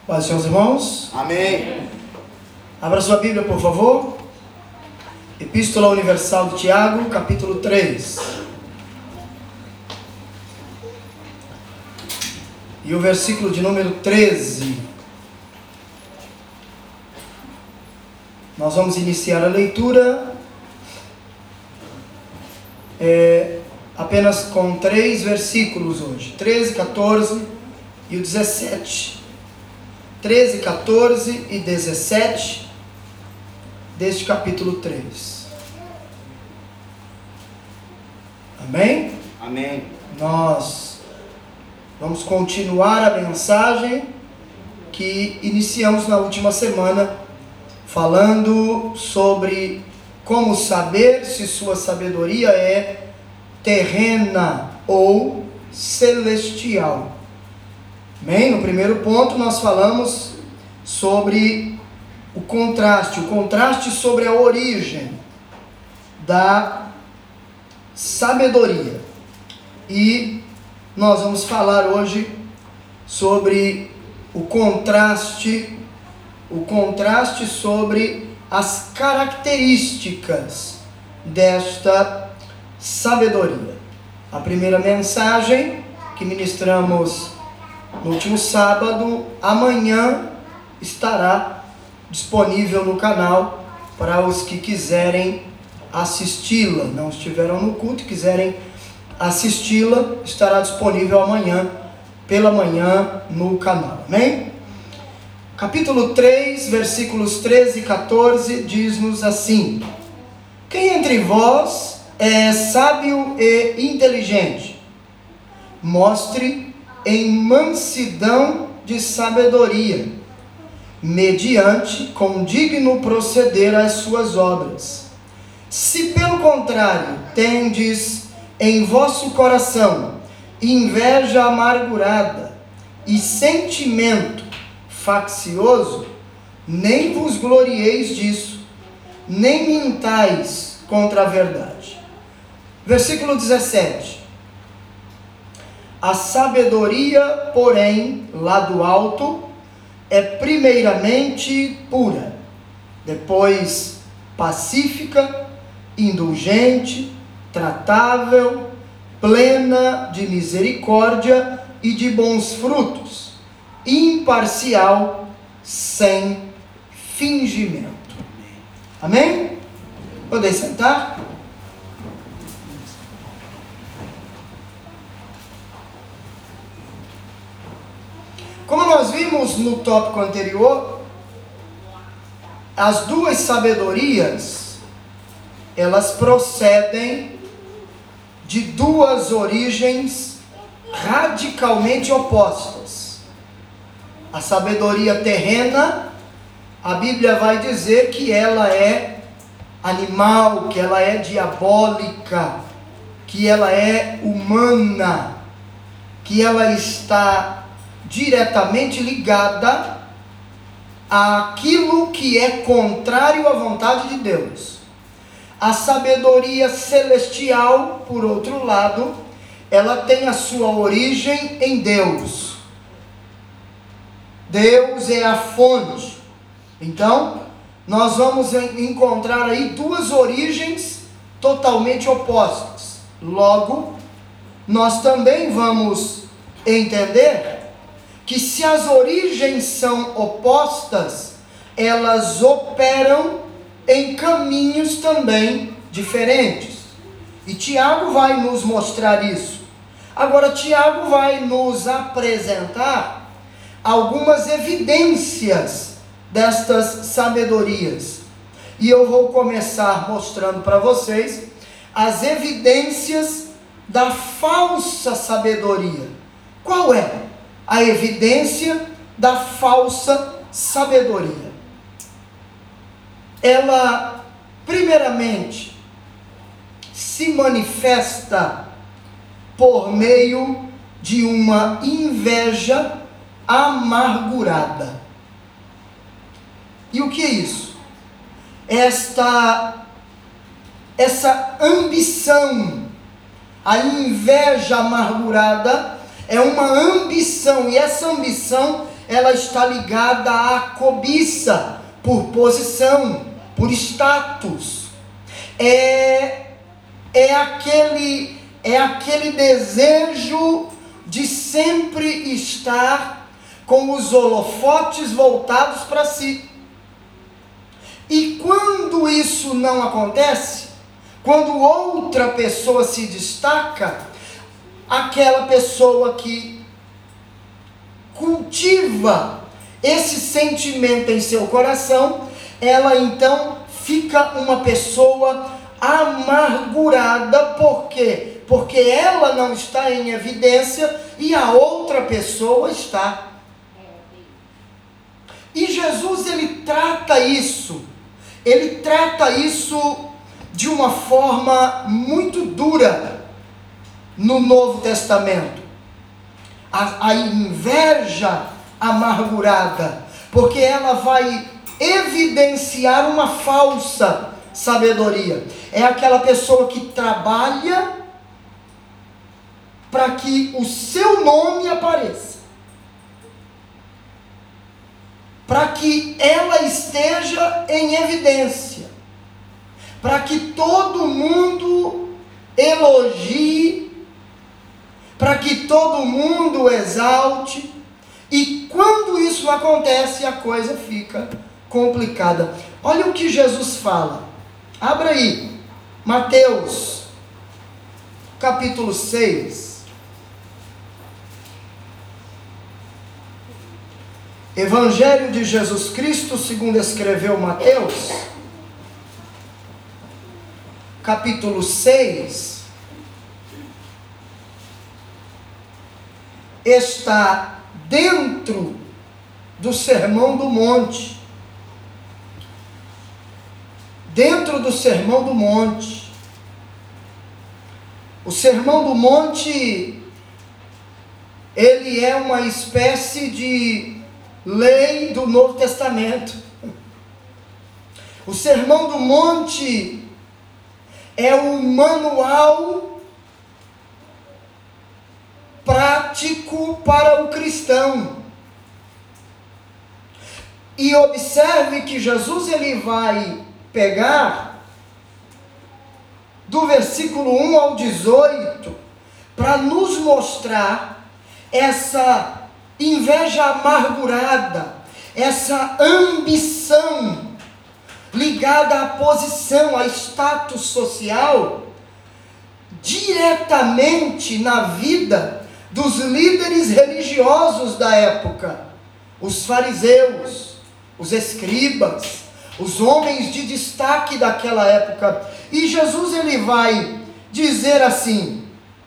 Paz, senhores irmãos. Amém. Abra sua Bíblia, por favor. Epístola Universal de Tiago, capítulo 3. E o versículo de número 13. Nós vamos iniciar a leitura apenas com 3 versículos hoje. 13, 14 e o 17. 13, 14 e 17 deste capítulo 3. Amém? Amém. Nós vamos continuar a mensagem que iniciamos na última semana, falando sobre como saber se sua sabedoria é terrena ou celestial. Amém? No primeiro ponto nós falamos sobre o contraste sobre a origem da sabedoria. E nós vamos falar hoje sobre o contraste sobre as características desta sabedoria. A primeira mensagem que ministramos no último sábado, amanhã estará disponível no canal para os que quiserem assisti-la. Não estiveram no culto e quiserem assisti-la, estará disponível amanhã, pela manhã, no canal. Amém? Capítulo 3, versículos 13 e 14, diz-nos assim: quem entre vós é sábio e inteligente? Mostre em mansidão de sabedoria, mediante com digno proceder às suas obras. Se pelo contrário tendes em vosso coração inveja amargurada e sentimento faccioso, nem vos glorieis disso, nem mintais contra a verdade. Versículo 17. A sabedoria, porém, lá do alto, é primeiramente pura, depois pacífica, indulgente, tratável, plena de misericórdia e de bons frutos, imparcial, sem fingimento. Amém? Podem sentar? Como nós vimos no tópico anterior, as duas sabedorias, elas procedem de duas origens radicalmente opostas. A sabedoria terrena, a Bíblia vai dizer que ela é animal, que ela é diabólica, que ela é humana, que ela está diretamente ligada àquilo que é contrário à vontade de Deus. A sabedoria celestial, por outro lado, ela tem a sua origem em Deus. Deus é a fonte. Então, nós vamos encontrar aí duas origens totalmente opostas. Logo, nós também vamos entender que se as origens são opostas, elas operam em caminhos também diferentes. E Tiago vai nos mostrar isso. Agora, Tiago vai nos apresentar algumas evidências destas sabedorias. E eu vou começar mostrando para vocês as evidências da falsa sabedoria. Qual é a evidência da falsa sabedoria? Ela, primeiramente, se manifesta por meio de uma inveja amargurada. E o que é isso? Essa ambição, a inveja amargurada, é uma ambição, e essa ambição ela está ligada à cobiça por posição, por status. É aquele desejo de sempre estar com os holofotes voltados para si. E quando isso não acontece, quando outra pessoa se destaca, aquela pessoa que cultiva esse sentimento em seu coração, ela então fica uma pessoa amargurada. Por quê? Porque ela não está em evidência e a outra pessoa está. E Jesus, ele trata isso de uma forma muito dura no Novo Testamento. A inveja amargurada, porque ela vai evidenciar uma falsa sabedoria. É aquela pessoa que trabalha para que o seu nome apareça, para que ela esteja em evidência, para que todo mundo elogie, para que todo mundo exalte. E quando isso acontece, a coisa fica complicada. Olha o que Jesus fala. Abra aí, Mateus, capítulo 6. Evangelho de Jesus Cristo, segundo escreveu Mateus, capítulo 6, está dentro do Sermão do Monte. Dentro do Sermão do Monte. O Sermão do Monte, ele é uma espécie de lei do Novo Testamento. O Sermão do Monte é um manual prático para o cristão. E observe que Jesus, ele vai pegar do versículo 1 ao 18 para nos mostrar essa inveja amargurada, essa ambição ligada à posição, a status social, diretamente na vida dos líderes religiosos da época, os fariseus, os escribas, os homens de destaque daquela época. E Jesus, ele vai dizer assim: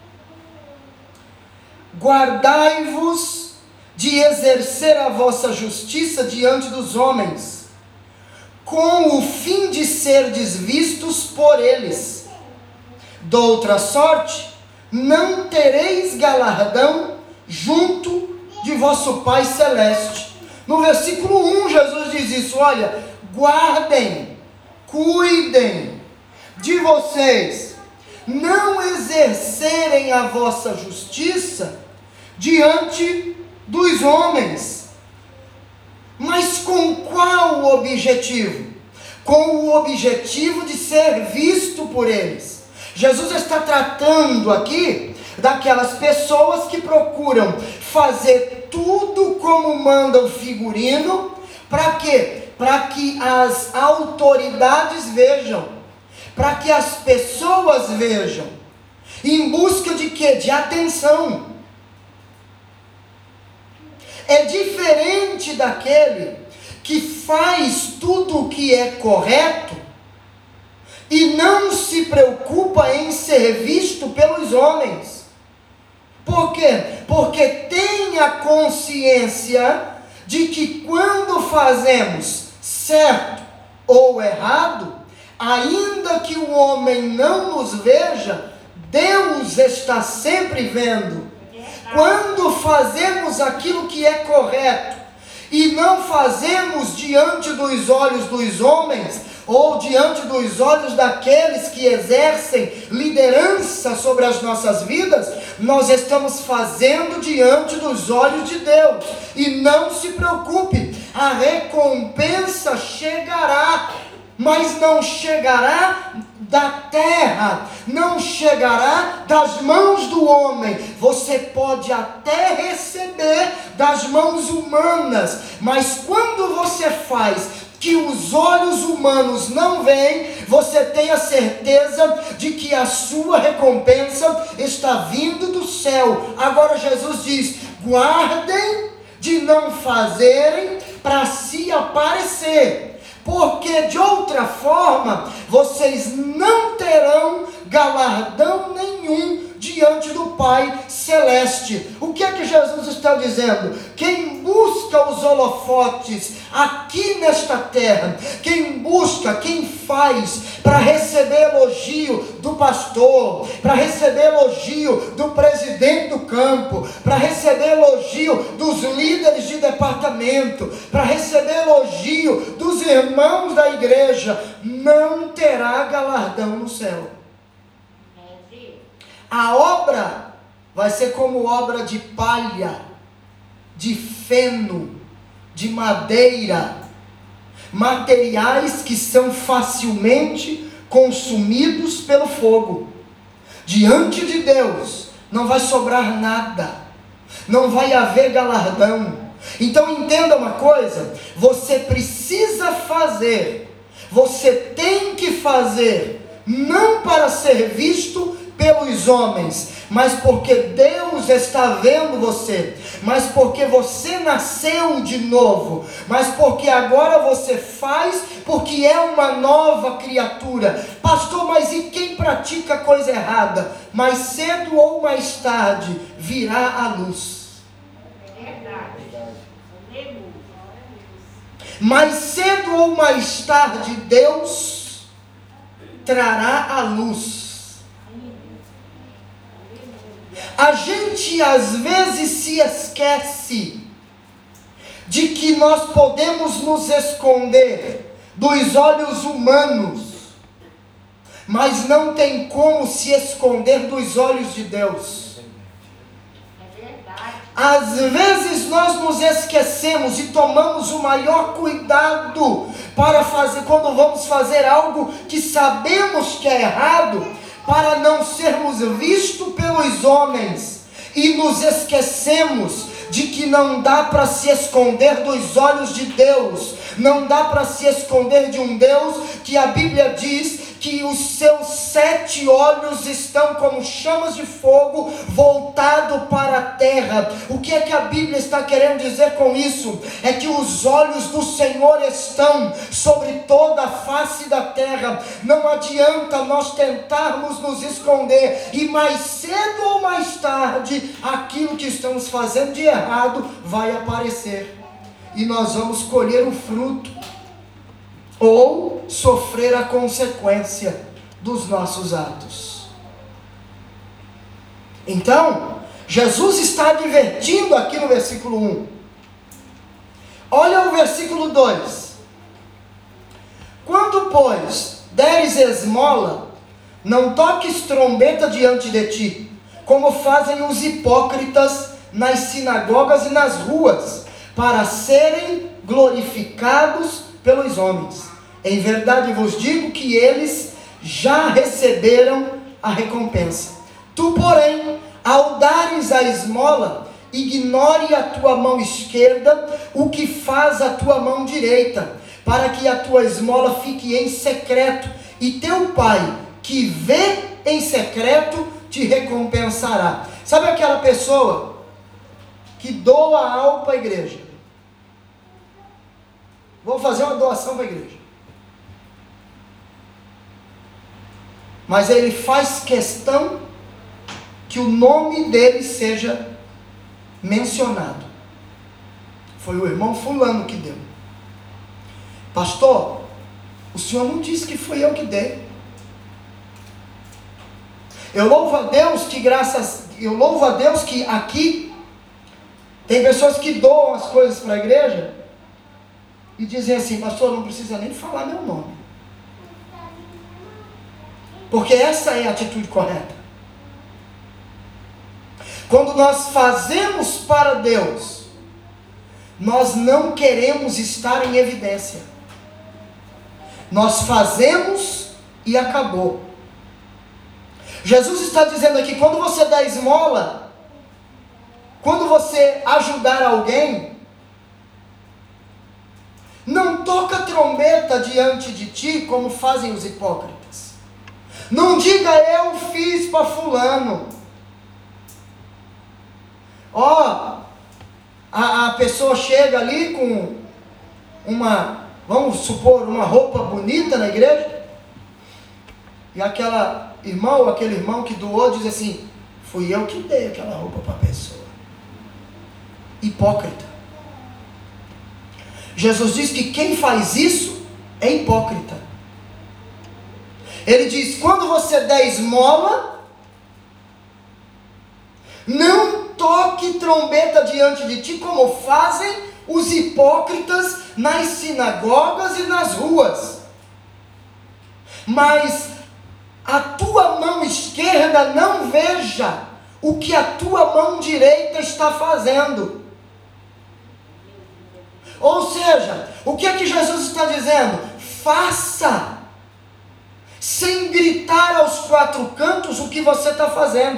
guardai-vos de exercer a vossa justiça diante dos homens, com o fim de serdes vistos por eles. Doutra sorte, não tereis galardão junto de vosso Pai Celeste. No versículo 1, Jesus diz isso: olha, guardem, cuidem de vocês, não exercerem a vossa justiça diante dos homens. Mas com qual objetivo? Com o objetivo de ser visto por eles. Jesus está tratando aqui daquelas pessoas que procuram fazer tudo como manda o figurino. Para quê? Para que as autoridades vejam, para que as pessoas vejam. Em busca de quê? De atenção. É diferente daquele que faz tudo o que é correto e não se preocupa em ser visto pelos homens. Por quê? Porque tem a consciência de que quando fazemos certo ou errado, ainda que o homem não nos veja, Deus está sempre vendo. Quando fazemos aquilo que é correto e não fazemos diante dos olhos dos homens, ou diante dos olhos daqueles que exercem liderança sobre as nossas vidas, nós estamos fazendo diante dos olhos de Deus. E não se preocupe, a recompensa chegará, mas não chegará da terra, não chegará das mãos do homem. Você pode até receber das mãos humanas, mas quando você faz que os olhos humanos não veem, você tem a certeza de que a sua recompensa está vindo do céu. Agora Jesus diz: guardem de não fazerem para se aparecer, porque de outra forma vocês não terão galardão nenhum diante do Pai Celeste. O que é que Jesus está dizendo? Quem busca os holofotes aqui nesta terra, quem busca, quem faz para receber elogio do pastor, para receber elogio do presidente do campo, para receber elogio dos líderes de departamento, para receber elogio dos irmãos da igreja, não terá galardão no céu. A obra vai ser como obra de palha, de feno, de madeira, materiais que são facilmente consumidos pelo fogo. Diante de Deus não vai sobrar nada, não vai haver galardão. Então entenda uma coisa: você precisa fazer, você tem que fazer, não para ser visto pelos homens, mas porque Deus está vendo você, mas porque você nasceu de novo, mas porque agora você faz, porque é uma nova criatura. Pastor, mas e quem pratica coisa errada? Mais cedo ou mais tarde virá a luz. É verdade. Mais cedo ou mais tarde Deus trará a luz. A gente às vezes se esquece de que nós podemos nos esconder dos olhos humanos, mas não tem como se esconder dos olhos de Deus. Às vezes nós nos esquecemos e tomamos o maior cuidado para fazer, quando vamos fazer algo que sabemos que é errado, para não sermos vistos pelos homens, e nos esquecemos de que não dá para se esconder dos olhos de Deus, não dá para se esconder de um Deus que a Bíblia diz que os seus 7 olhos estão como chamas de fogo voltado para a terra. O que é que a Bíblia está querendo dizer com isso? É que os olhos do Senhor estão sobre toda a face da terra. Não adianta nós tentarmos nos esconder, e mais cedo ou mais tarde aquilo que estamos fazendo de errado vai aparecer, e nós vamos colher o fruto ou sofrer a consequência dos nossos atos. Então, Jesus está advertindo aqui no versículo 1. Olha o versículo 2. Quando, pois, deres esmola, não toques trombeta diante de ti, como fazem os hipócritas nas sinagogas e nas ruas, para serem glorificados pelos homens. Em verdade vos digo que eles já receberam a recompensa. Tu, porém, ao dares a esmola, ignore a tua mão esquerda o que faz a tua mão direita, para que a tua esmola fique em secreto, e teu pai, que vê em secreto, te recompensará. Sabe aquela pessoa que doa algo para a igreja? Vou fazer uma doação para a igreja. Mas ele faz questão que o nome dele seja mencionado. Foi o irmão fulano que deu. Pastor, o senhor não disse que fui eu que dei. Eu louvo a Deus que aqui tem pessoas que doam as coisas para a igreja e dizem assim: pastor, não precisa nem falar meu nome. Porque essa é a atitude correta. Quando nós fazemos para Deus, nós não queremos estar em evidência. Nós fazemos e acabou. Jesus está dizendo aqui, quando você dá esmola, quando você ajudar alguém, não toca trombeta diante de ti como fazem os hipócritas. Não diga eu fiz para fulano. A pessoa chega ali com vamos supor, uma roupa bonita na igreja, e aquele irmão que doou diz assim, fui eu que dei aquela roupa para a pessoa. Hipócrita. Jesus diz que quem faz isso é hipócrita. Ele diz, quando você der esmola, não toque trombeta diante de ti, como fazem os hipócritas nas sinagogas e nas ruas. Mas a tua mão esquerda não veja o que a tua mão direita está fazendo. Ou seja, o que é que Jesus está dizendo? Faça, sem gritar aos quatro cantos o que você está fazendo,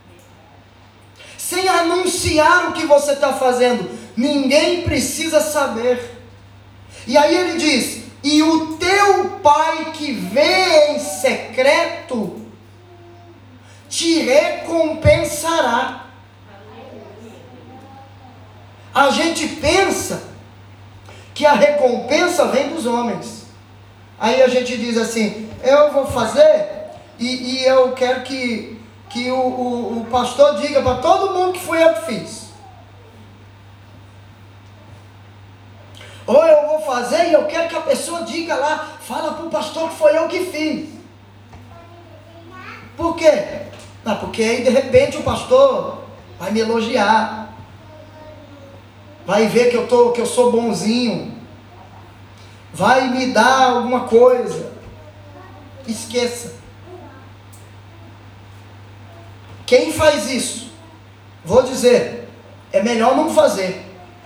sem anunciar o que você está fazendo. Ninguém precisa saber. E aí ele diz, e o teu Pai que vê em secreto, te recompensará. A gente pensa que a recompensa vem dos homens. Aí a gente diz assim, eu vou fazer e eu quero que o pastor diga para todo mundo que fui eu que fiz. Ou eu vou fazer e eu quero que a pessoa diga lá, fala para o pastor que foi eu que fiz. Por quê? Porque aí de repente o pastor vai me elogiar, vai ver que eu sou bonzinho, vai me dar alguma coisa. Esqueça. Quem faz isso, vou dizer, é melhor não fazer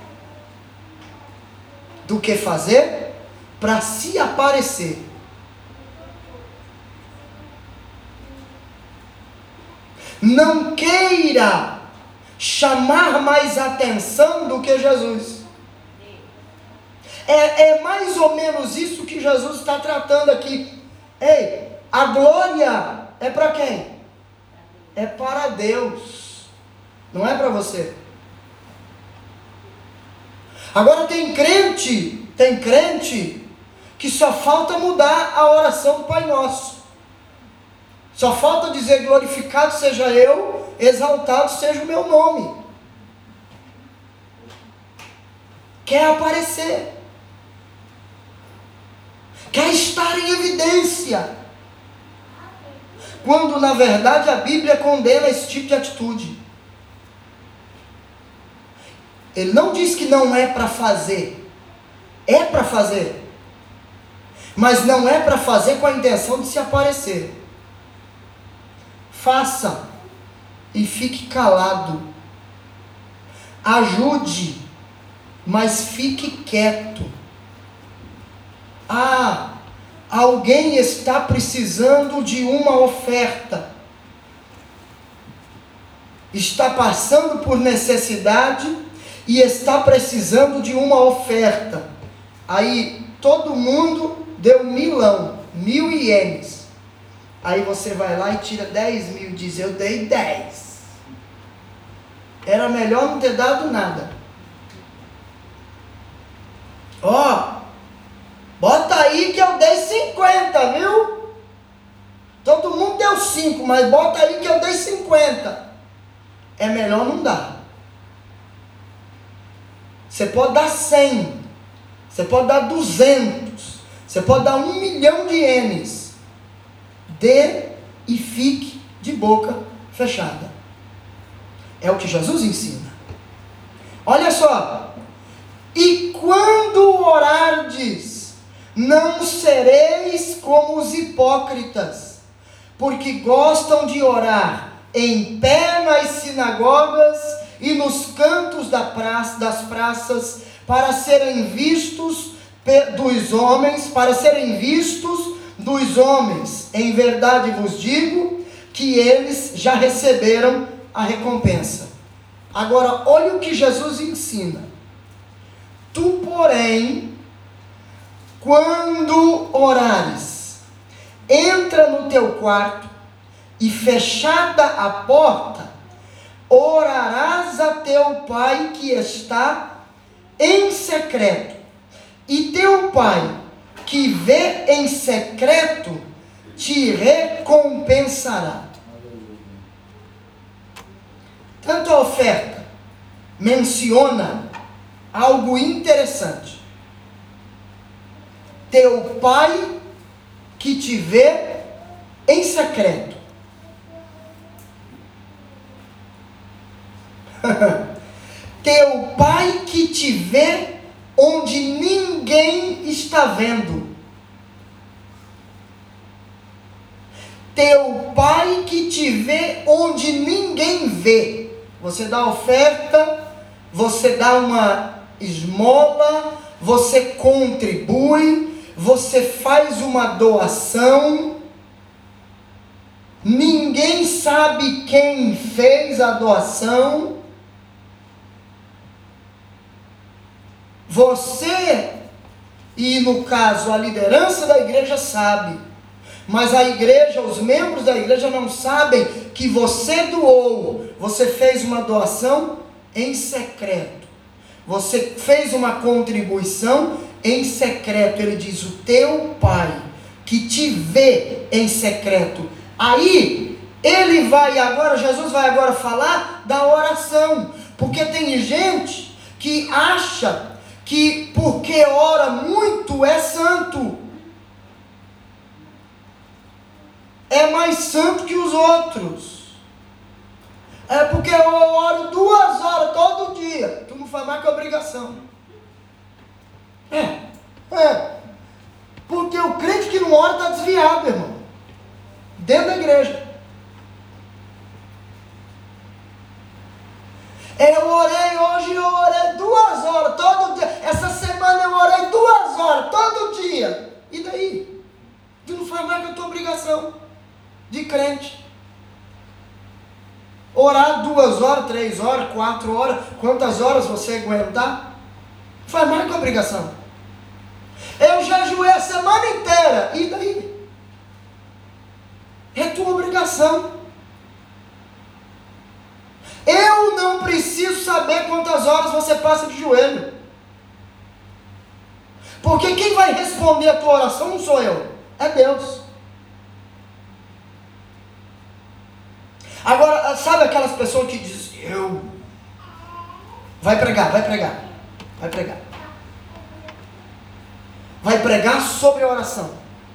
do que fazer para se aparecer. Não queira chamar mais atenção do que Jesus. É mais ou menos isso que Jesus está tratando aqui. Ei, a glória é para quem? É para Deus, não é para você. Agora tem crente que só falta mudar a oração do Pai Nosso. Só falta dizer glorificado seja eu, exaltado seja o meu nome. Quer aparecer, quer estar em evidência, quando na verdade a Bíblia condena esse tipo de atitude. Ele não diz que não é para fazer, é para fazer, mas não é para fazer com a intenção de se aparecer. Faça e fique calado. Ajude, mas fique quieto. Alguém está precisando de uma oferta, está passando por necessidade e está precisando de uma oferta. Aí todo mundo deu 1.000 ienes. Aí você vai lá e tira 10.000 e diz, eu dei 10. Era melhor não ter dado nada. Bota aí que eu dei 50, viu? Todo mundo deu 5, mas bota aí que eu dei 50. É melhor não dar. Você pode dar 100, você pode dar 200, você pode dar 1.000.000 de ienes. Dê e fique de boca fechada. É o que Jesus ensina. Olha só. E quando orardes, não sereis como os hipócritas, porque gostam de orar em pé nas sinagogas e nos cantos das praças, para serem vistos dos homens. Em verdade vos digo que eles já receberam a recompensa. Agora, olha o que Jesus ensina. Tu, porém, quando orares, entra no teu quarto e, fechada a porta, orarás a teu Pai que está em secreto, e teu Pai que vê em secreto te recompensará. Tanto a oferta menciona algo interessante. Teu Pai que te vê em secreto. Teu Pai que te vê onde ninguém está vendo. Teu Pai que te vê onde ninguém vê. Você dá oferta, você dá uma esmola, você contribui, você faz uma doação. Ninguém sabe quem fez a doação. Você, e no caso a liderança da igreja sabe, mas a igreja, os membros da igreja não sabem que você doou, você fez uma doação em secreto, você fez uma contribuição em secreto. Ele diz: o teu Pai que te vê em secreto. Aí, Jesus vai agora falar da oração, porque tem gente que acha que porque ora muito é santo, é mais santo que os outros. É porque eu oro 2 horas todo dia, tu não faz mais que obrigação. Porque o crente que não ora está desviado, irmão, dentro da igreja. Eu orei 2 horas todo dia. Essa semana eu orei 2 horas todo dia. E daí? Tu não faz mais que a tua obrigação de crente. Orar 2 horas, 3 horas, 4 horas, quantas horas você aguentar, não faz mais que a obrigação. Eu jejuei a semana inteira. E daí? É tua obrigação. Eu não preciso saber quantas horas você passa de joelho, porque quem vai responder a tua oração não sou eu, é Deus. Agora, sabe aquelas pessoas que dizem: vai pregar sobre a oração.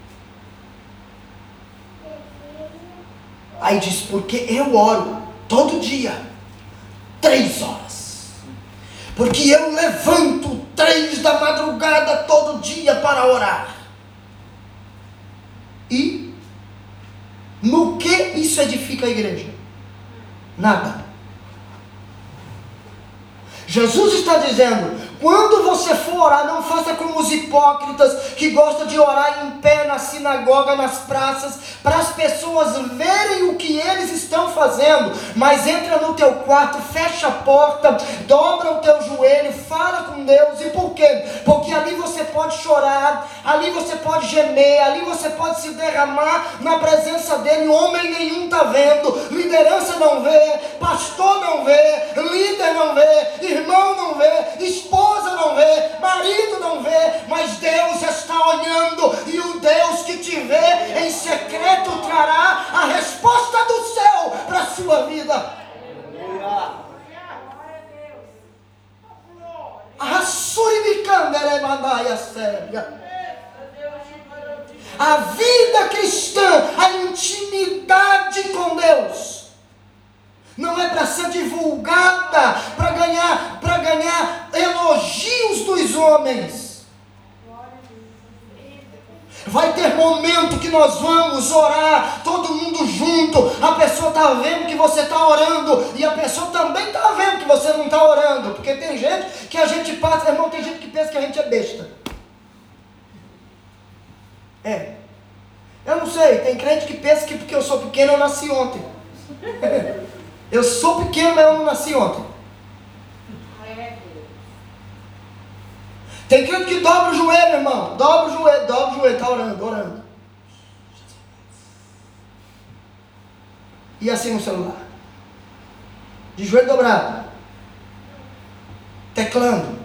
Aí diz: porque eu oro todo dia 3 horas, porque eu levanto 3 da madrugada todo dia para orar. E no que isso edifica a igreja? Nada. Jesus está dizendo: quando você for orar, não faça como os hipócritas que gostam de orar em pé na sinagoga, nas praças, para as pessoas verem o que eles estão fazendo. Mas entra no teu quarto, fecha a porta, dobra o teu joelho, fala com Deus. E por quê? Porque ali você pode chorar, ali você pode gemer, ali você pode se derramar na presença dele. Homem nenhum está vendo, liderança não vê, pastor não vê, líder não vê, irmão não vê, esposa não vê, marido não vê, mas Deus está olhando, e o Deus que te vê em secreto trará a resposta do céu para a sua vida. A vida cristã, a intimidade com Deus, não é para ser divulgada, para ganhar elogios dos homens. Vai ter momento que nós vamos orar, todo mundo junto. A pessoa está vendo que você está orando e a pessoa também está vendo que você não está orando. Porque tem gente que a gente passa, irmão, tem gente que pensa que a gente é besta. Eu não sei, tem crente que pensa que porque eu sou pequeno eu nasci ontem. Eu sou pequeno, mas eu não nasci ontem. Tem crente que dobra o joelho, irmão. Dobra o joelho, está orando. E assim no celular. De joelho dobrado. Teclando.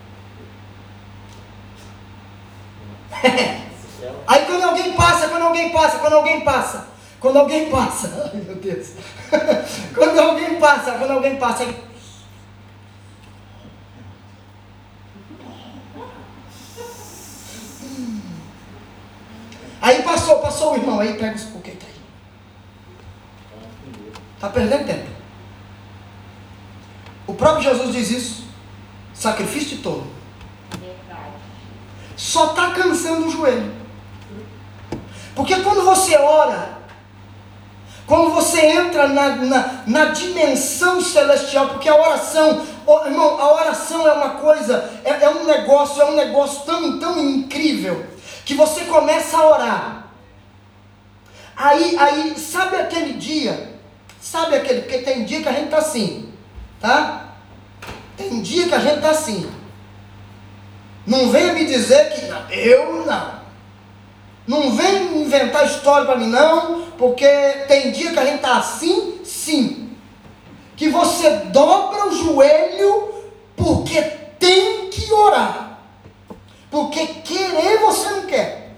Aí quando alguém passa, ai meu Deus. Quando alguém passa, aí passou o irmão, aí pega os porquês aí. Está perdendo tempo. O próprio Jesus diz isso. Sacrifício de tolo. Só está cansando o joelho. Porque quando você ora, quando você entra na dimensão celestial, porque a oração, irmão, a oração é uma coisa, é um negócio tão incrível, que você começa a orar. Aí sabe aquele dia, porque tem dia que a gente está assim, tá? Tem dia que a gente está assim. Não venha me dizer que não, eu não. Não vem inventar história para mim não, porque tem dia que a gente está assim, sim. Que você dobra o joelho porque tem que orar. Porque querer você não quer.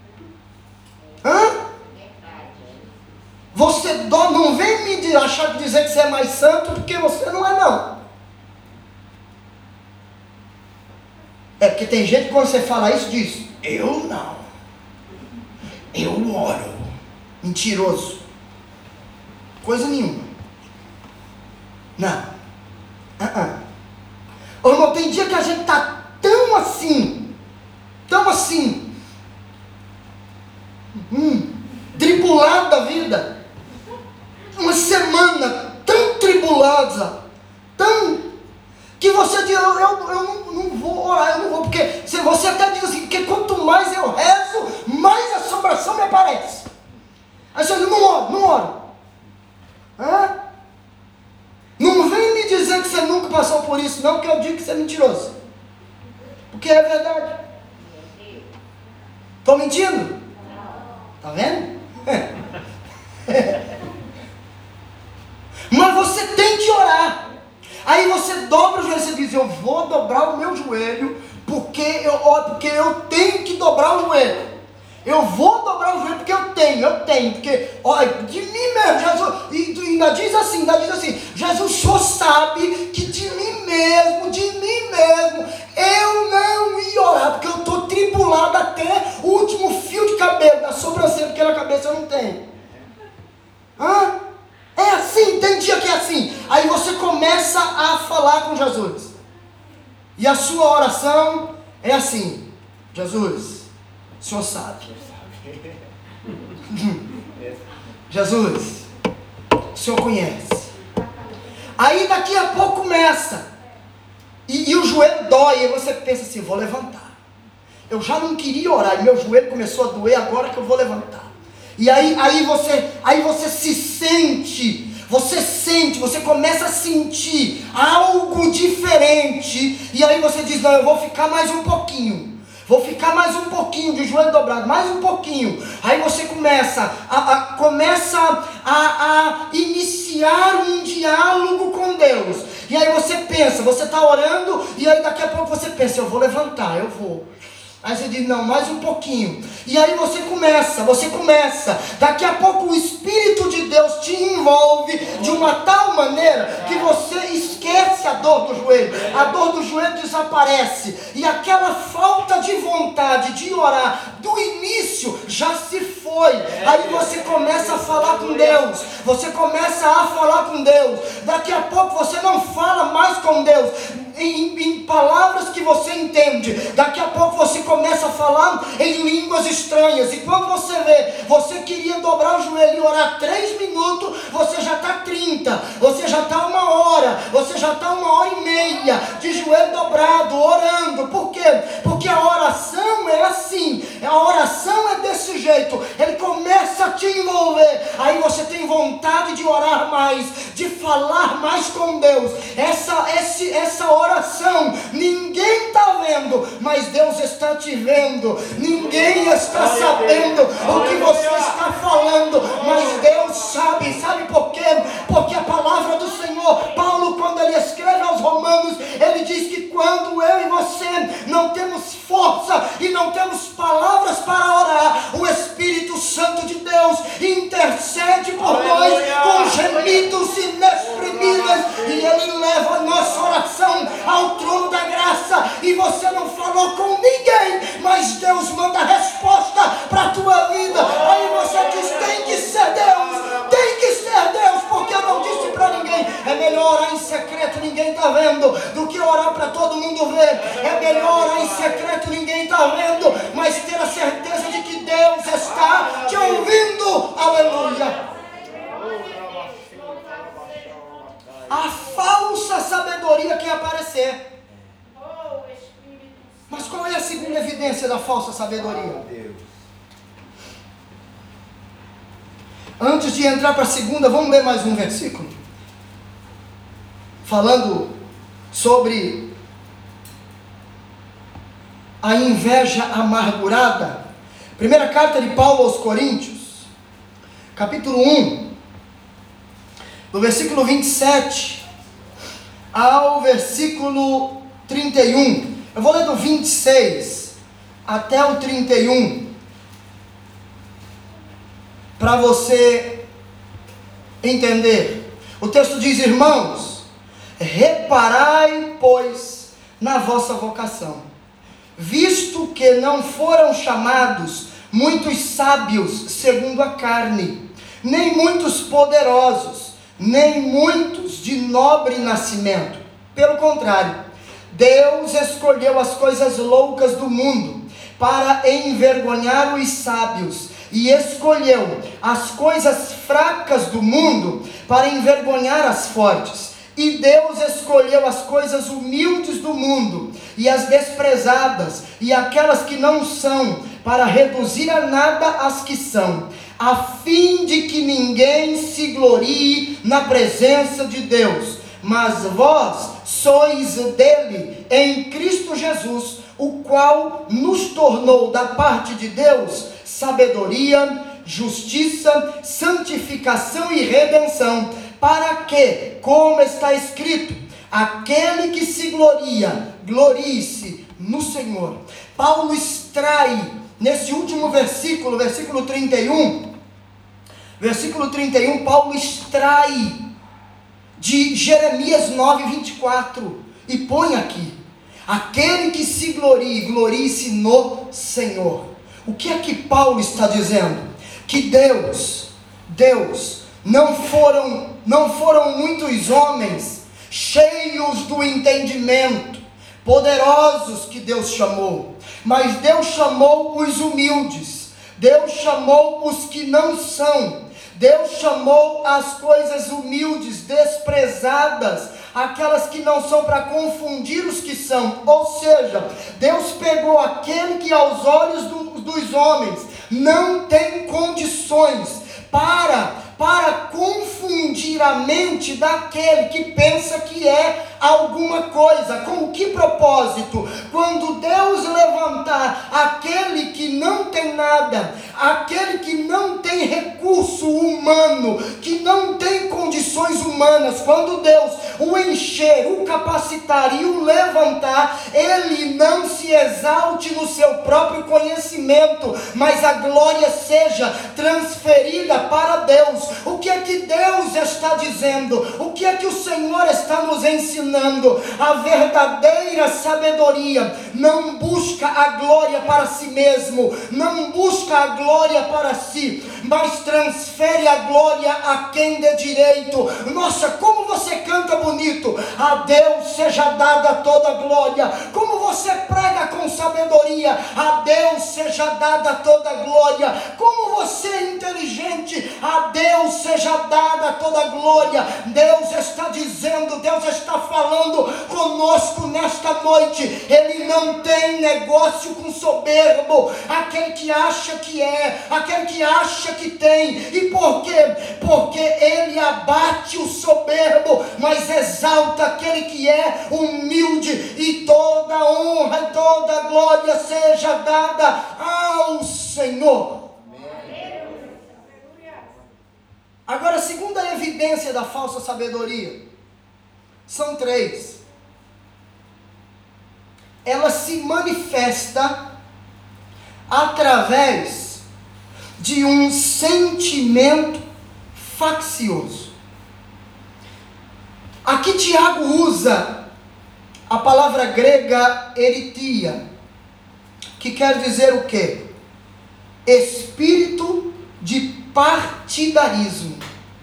Você não vem me dizer que você é mais santo porque você não é não. Porque tem gente que quando você fala isso diz, eu não. Eu oro. Mentiroso. Coisa nenhuma. Não. Ô, irmão, tem dia que a gente está tão assim, tribulado da vida. Uma semana tão tribulada, que você diz, eu não vou orar, eu não vou, porque você até diz assim, porque quanto mais eu rezo, mais assombração me aparece. Aí você diz, não oro. Não vem me dizer que você nunca passou por isso, não, que eu digo que você é mentiroso. Porque é verdade. Estou mentindo? Está vendo? Mas você tem que orar. Aí você dobra o joelho, você diz, eu vou dobrar o meu joelho, porque eu tenho que dobrar o joelho. Eu vou dobrar o joelho porque eu tenho, porque, olha, de mim mesmo, Jesus, e ainda diz assim, Jesus, o Senhor sabe que de mim mesmo, eu não ia orar, porque eu estou tribulado até o último fio de cabelo, da sobrancelha, porque na cabeça eu não tenho. É assim, tem dia que é assim. Aí você começa a falar com Jesus. E a sua oração é assim: Jesus, o Senhor sabe. Jesus, o Senhor conhece. Aí daqui a pouco começa. E o joelho dói. E você pensa assim, vou levantar. Eu já não queria orar. E meu joelho começou a doer, agora que eu vou levantar. E aí você se sente, você começa a sentir algo diferente, e aí você diz, não, eu vou ficar mais um pouquinho de joelho dobrado, mais um pouquinho. Aí você começa a iniciar um diálogo com Deus, e aí você pensa, você está orando, e aí daqui a pouco você pensa, eu vou levantar, eu vou. Aí você diz, não, mais um pouquinho. E aí você começa. Daqui a pouco o Espírito de Deus te envolve de uma tal maneira que você esquece a dor do joelho. A dor do joelho desaparece. E aquela falta de vontade de orar do início já se foi. Aí você começa a falar com Deus. Daqui a pouco você não fala mais com Deus em palavras palavras que você entende. Daqui a pouco você começa a falar em línguas estranhas, e quando você vê, você queria dobrar o joelho e orar 3 minutos, você já está 30, você já está 1 hora, você já está 1h30 de joelho dobrado, orando. Por quê? Porque a oração é assim, a oração é desse jeito, ele começa a te envolver, aí você tem vontade de orar mais, de falar mais com Deus. Essa oração, ninguém está vendo, mas Deus está te vendo. Ninguém está sabendo o que você está falando, mas Deus sabe. Sabe por quê? Porque a palavra do Senhor, Paulo, quando ele escreve aos Romanos, ele diz que quando eu e você não temos força e não temos palavras para orar, o Espírito Santo de Deus intercede por nós com gemidos inexprimíveis, e ele leva a nossa oração ao trono da graça. E você não falou com ninguém, mas Deus manda a resposta para a tua vida. Aí você diz: tem que ser Deus, tem que ser Deus, porque eu não disse para ninguém. É melhor orar em secreto, ninguém está vendo, do que orar para todo mundo ver. É melhor orar em secreto, ninguém está vendo, mas ter a certeza de que Deus está te ouvindo. Aleluia. A falsa sabedoria quer aparecer. Mas qual é a segunda evidência da falsa sabedoria? Antes de entrar para a segunda, vamos ler mais um versículo, falando sobre a inveja amargurada. Primeira carta de Paulo aos Coríntios, capítulo 1, do versículo 27 ao versículo 31. Eu vou ler do 26 até o 31, para você entender. O texto diz: irmãos, reparai, pois, na vossa vocação, visto que não foram chamados muitos sábios segundo a carne, nem muitos poderosos, nem muitos de nobre nascimento. Pelo contrário, Deus escolheu as coisas loucas do mundo para envergonhar os sábios, e escolheu as coisas fracas do mundo para envergonhar as fortes. E Deus escolheu as coisas humildes do mundo e as desprezadas e aquelas que não são, para reduzir a nada as que são, a fim de que ninguém se glorie na presença de Deus. Mas vós sois dele, em Cristo Jesus, o qual nos tornou da parte de Deus sabedoria, justiça, santificação e redenção, para que, como está escrito, aquele que se gloria, glorie-se no Senhor. Paulo extrai nesse último versículo, versículo 31, Paulo extrai de Jeremias 9:24 e põe aqui: aquele que se glorie, glorie-se no Senhor. O que é que Paulo está dizendo? Que Deus, não foram muitos homens cheios do entendimento, poderosos, que Deus chamou, mas Deus chamou os humildes, Deus chamou os que não são, Deus chamou as coisas humildes, desprezadas, aquelas que não são, para confundir os que são. Ou seja, Deus pegou aquele que aos olhos dos homens não tem condições, para confundir a mente daquele que pensa que é alguma coisa. Com que propósito? Quando Deus levantar aquele que não tem nada, aquele que não tem recurso humano, que não tem condições humanas, quando Deus o encher, o capacitar e o levantar, ele não se exalte no seu próprio conhecimento, mas a glória seja transferida para Deus. O que é que Deus está dizendo? O que é que o Senhor está nos ensinando? A verdadeira sabedoria não busca a glória para si mesmo, não busca a glória para si, mas transfere a glória a quem dê direito. Nossa, como você canta bonito! A Deus seja dada toda a glória. Como sabedoria, a Deus seja dada toda a glória. Como você é inteligente, a Deus seja dada toda a glória. Deus está dizendo, Deus está falando conosco nesta noite. Ele não tem negócio com soberbo, aquele que acha que é, aquele que acha que tem. E por quê? Porque ele abate o soberbo, mas exalta aquele que é humilde. E toda honra e toda glória seja dada ao Senhor. Agora, a segunda evidência da falsa sabedoria, são 3. Ela se manifesta através de um sentimento faccioso. Aqui Tiago usa a palavra grega eritia, que quer dizer o quê? Espírito de partidarismo.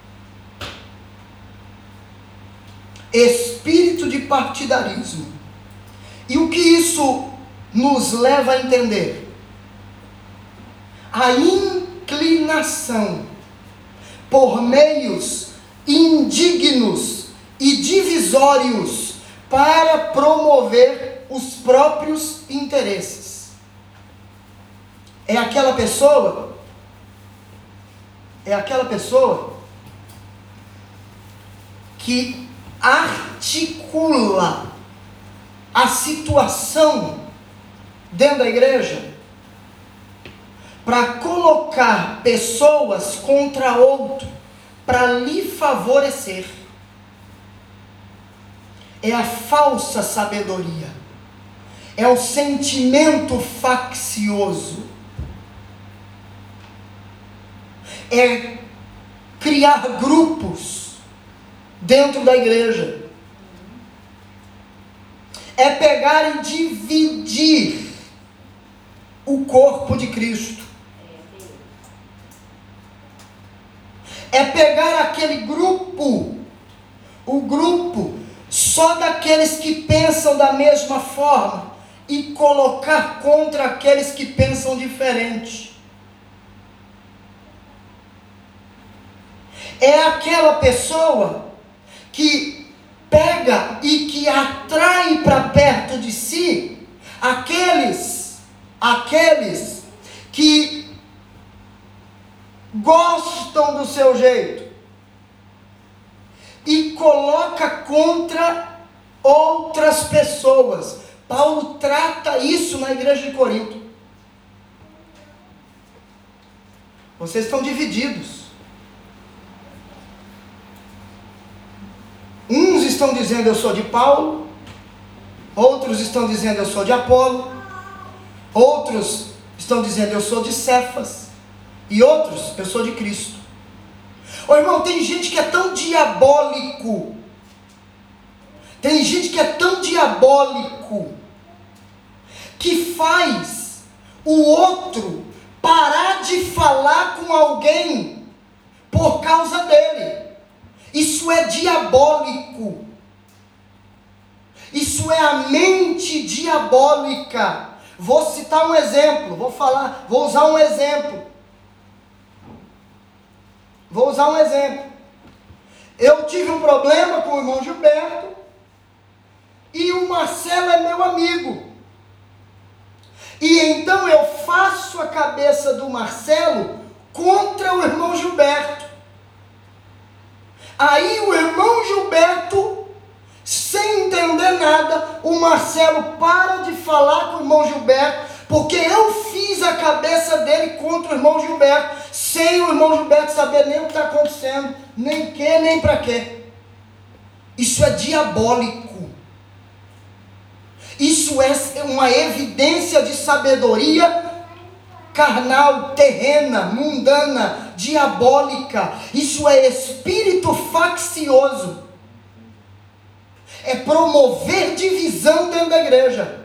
Espírito de partidarismo. E o que isso nos leva a entender? A inclinação por meios indignos e divisórios para promover os próprios interesses. É aquela pessoa que articula a situação dentro da igreja para colocar pessoas contra outro, para lhe favorecer. É a falsa sabedoria, é o sentimento faccioso, é criar grupos dentro da igreja, é pegar e dividir o corpo de Cristo, é pegar aquele grupo, o grupo só daqueles que pensam da mesma forma e colocar contra aqueles que pensam diferente. É aquela pessoa que pega e que atrai para perto de si aqueles que gostam do seu jeito e coloca contra outras pessoas. Paulo trata isso na igreja de Corinto. Vocês estão divididos. Uns estão dizendo eu sou de Paulo, outros estão dizendo eu sou de Apolo, outros estão dizendo eu sou de Cefas, e outros eu sou de Cristo. Ô irmão, tem gente que é tão diabólico, que faz o outro parar de falar com alguém por causa dele. Isso é diabólico. Isso é a mente diabólica. Vou citar um exemplo, vou usar um exemplo. Eu tive um problema com o irmão Gilberto e o Marcelo é meu amigo. E então eu faço a cabeça do Marcelo contra o irmão Gilberto. Aí o irmão Gilberto, sem entender nada, o Marcelo para de falar com o irmão Gilberto, porque eu fiz a cabeça dele contra o irmão Gilberto, sem o irmão Gilberto saber nem o que está acontecendo, nem que, nem para quê. Isso é diabólico. Isso é uma evidência de sabedoria carnal, terrena, mundana, diabólica. Isso é espírito faccioso. É promover divisão dentro da igreja.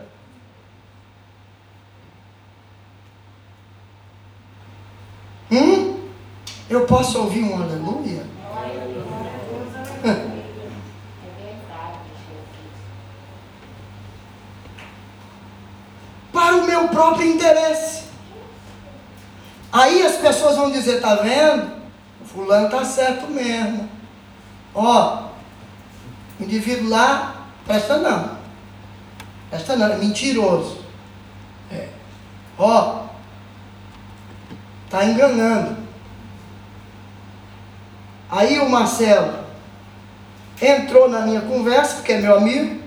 Eu posso ouvir um aleluia? Para o meu próprio interesse. Aí as pessoas vão dizer, tá vendo? Fulano tá certo mesmo. Ó, o indivíduo lá, presta não, é mentiroso. Ó, tá enganando. Aí o Marcelo entrou na minha conversa, porque é meu amigo,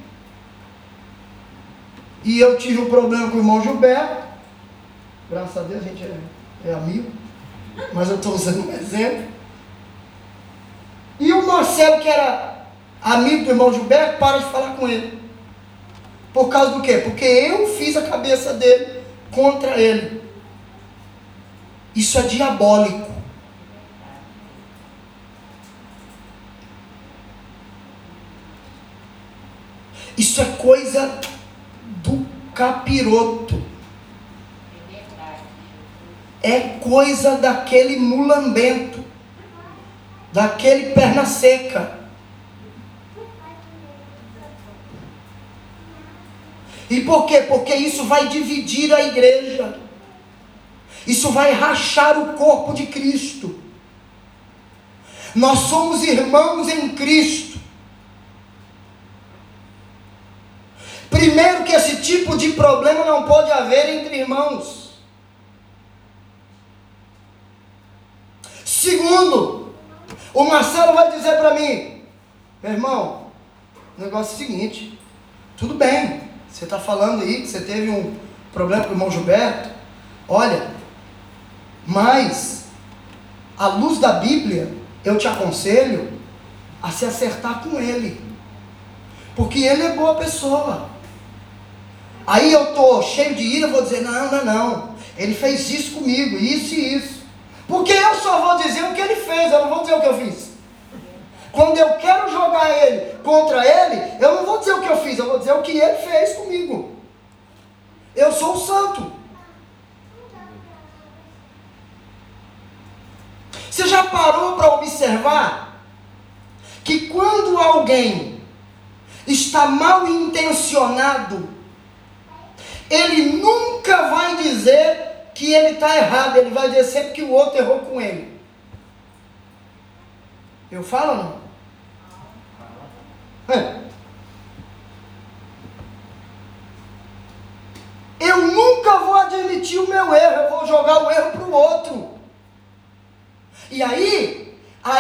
e eu tive um problema com o irmão Gilberto. Graças a Deus a gente é amigo, mas eu estou usando um exemplo. E o Marcelo, que era amigo do irmão Gilberto, para de falar com ele. Por causa do quê? Porque eu fiz a cabeça dele contra ele. Isso é diabólico. Isso é coisa do capiroto. É coisa daquele mulambento, daquele perna seca. E por quê? Porque isso vai dividir a igreja. Isso vai rachar o corpo de Cristo. Nós somos irmãos em Cristo. Primeiro, que esse tipo de problema não pode haver entre irmãos. Segundo, o Marcelo vai dizer para mim, meu irmão, o negócio é o seguinte, tudo bem, você está falando aí que você teve um problema com o irmão Gilberto, olha, mas, à luz da Bíblia, eu te aconselho a se acertar com ele, porque ele é boa pessoa. Aí eu estou cheio de ira, vou dizer, não, ele fez isso comigo, isso e isso, porque eu só vou dizer o que ele fez, eu não vou dizer o que eu fiz. Quando eu quero jogar ele contra ele, eu não vou dizer o que eu fiz, eu vou dizer o que ele fez comigo. Eu sou o santo. Você já parou para observar que quando alguém está mal intencionado, ele nunca vai dizer que ele está errado, ele vai dizer sempre que o outro errou com ele. Eu falo ou não? Eu nunca vou admitir o meu erro, eu vou jogar o erro para o outro. E aí,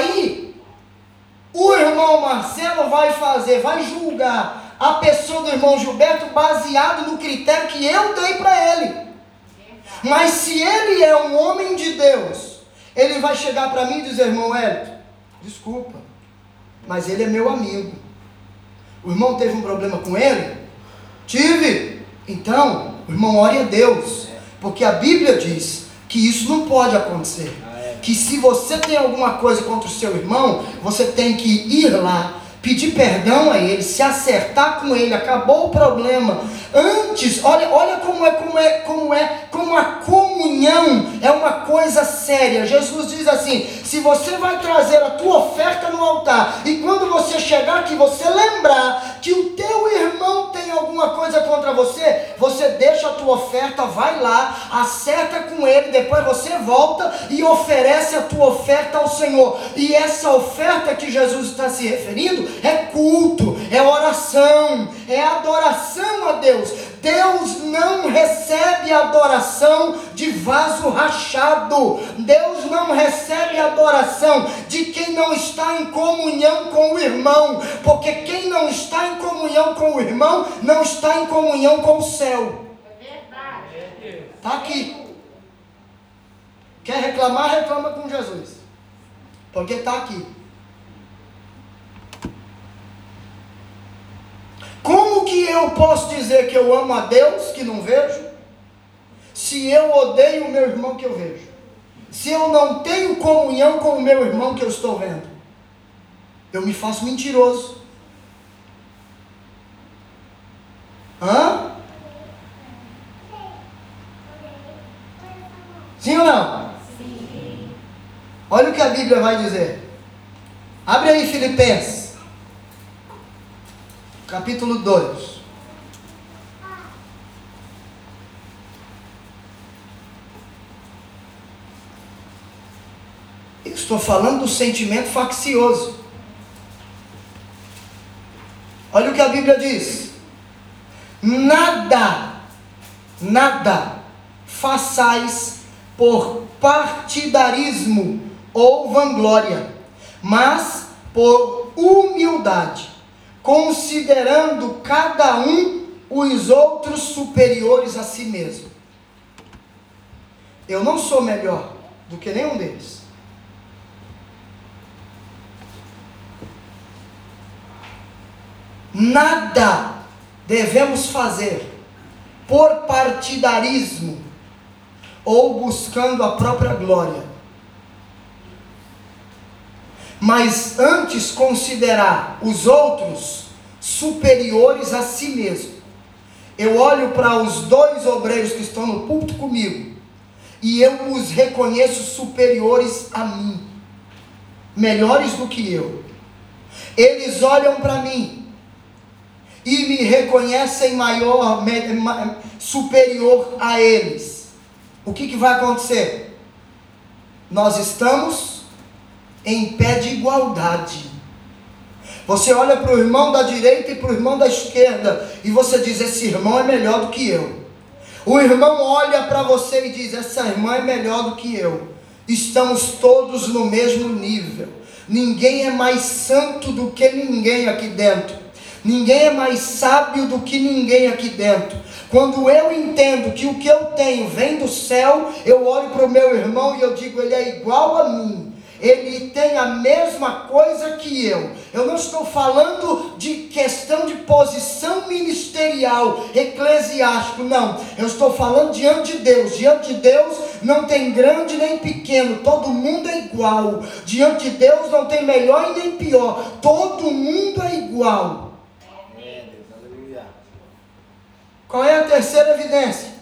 o irmão Marcelo vai julgar a pessoa do irmão Gilberto baseado no critério que eu dei para ele. Mas se ele é um homem de Deus, ele vai chegar para mim e dizer, irmão Hélio, desculpa, mas ele é meu amigo. O irmão teve um problema com ele? Tive. Então, o irmão ore a Deus, porque a Bíblia diz que isso não pode acontecer. Que se você tem alguma coisa contra o seu irmão, você tem que ir lá, pedir perdão a ele, se acertar com ele, acabou o problema. Antes, olha como a comunhão é uma coisa séria. Jesus diz assim, se você vai trazer a tua oferta no altar, e quando você chegar aqui, você lembrar que o teu irmão tem alguma coisa contra você, você deixa a tua oferta, vai lá, acerta com ele, depois você volta e oferece a tua oferta ao Senhor. E essa oferta que Jesus está se referindo é culto, é oração, é adoração a Deus. Deus não recebe adoração de vaso rachado. Deus não recebe adoração de quem não está em comunhão com o irmão, porque quem não está em comunhão com o irmão não está em comunhão com o céu. Está aqui. Quer reclamar? Reclama com Jesus, porque está aqui. Como que eu posso dizer que eu amo a Deus que não vejo, se eu odeio o meu irmão que eu vejo? Se eu não tenho comunhão com o meu irmão que eu estou vendo? Eu me faço mentiroso. Hã? Sim ou não? Sim. Olha o que a Bíblia vai dizer. Abre aí Filipenses. Capítulo 2. Eu estou falando do sentimento faccioso. Olha o que a Bíblia diz: nada façais por partidarismo ou vanglória, mas por humildade, considerando cada um os outros superiores a si mesmo. Eu não sou melhor do que nenhum deles. Nada devemos fazer por partidarismo ou buscando a própria glória, mas antes considerar os outros superiores a si mesmo. Eu olho para os 2 obreiros que estão no púlpito comigo e eu os reconheço superiores a mim, melhores do que eu. Eles olham para mim e me reconhecem superior a eles. O que vai acontecer? Nós estamos em pé de igualdade. Você olha para o irmão da direita e para o irmão da esquerda e você diz: esse irmão é melhor do que eu. O irmão olha para você e diz: essa irmã é melhor do que eu. Estamos todos no mesmo nível. Ninguém é mais santo do que ninguém aqui dentro. Ninguém é mais sábio do que ninguém aqui dentro. Quando eu entendo que o que eu tenho vem do céu, eu olho para o meu irmão e eu digo: ele é igual a mim, ele tem a mesma coisa que eu. Eu não estou falando de questão de posição ministerial, eclesiástico, não. Eu estou falando diante de Deus. Diante de Deus não tem grande nem pequeno, todo mundo é igual. Diante de Deus não tem melhor e nem pior, todo mundo é igual. Qual é a terceira evidência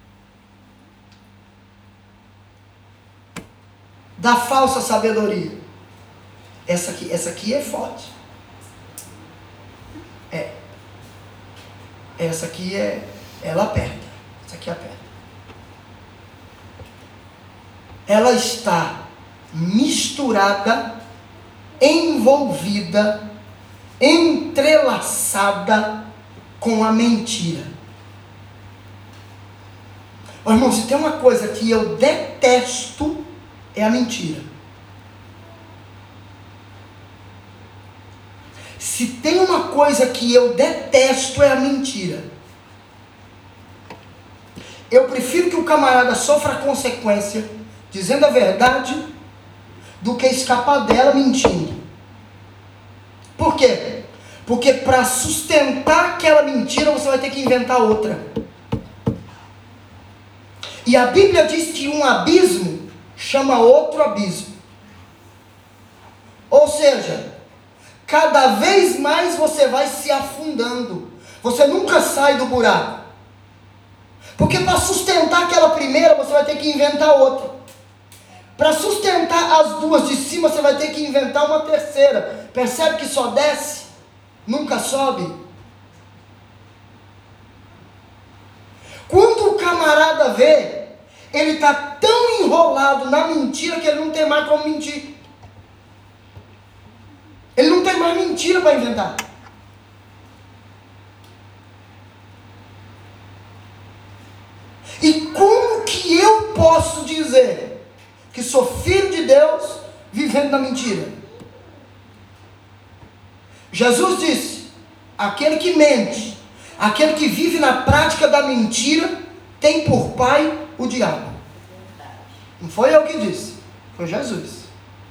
da falsa sabedoria? Essa aqui é forte. Essa aqui ela aperta. Essa aqui aperta. Ela está misturada, envolvida, entrelaçada com a mentira. Oh, irmão, se tem uma coisa que eu detesto, é a mentira. Se tem uma coisa que eu detesto, é a mentira. Eu prefiro que o camarada sofra a consequência dizendo a verdade do que escapar dela mentindo. Por quê? Porque para sustentar aquela mentira você vai ter que inventar outra. E a Bíblia diz que um abismo chama outro abismo. Ou seja, cada vez mais você vai se afundando. Você nunca sai do buraco. Porque para sustentar aquela primeira, você vai ter que inventar outra. Para sustentar as duas de cima, você vai ter que inventar uma terceira. Percebe que só desce, nunca sobe? Quando o camarada vê, ele está tão enrolado na mentira que ele não tem mais como mentir. Ele não tem mais mentira para inventar. E como que eu posso dizer que sou filho de Deus vivendo na mentira? Jesus disse: aquele que mente, aquele que vive na prática da mentira, tem por pai o diabo. Não foi eu que disse, foi Jesus.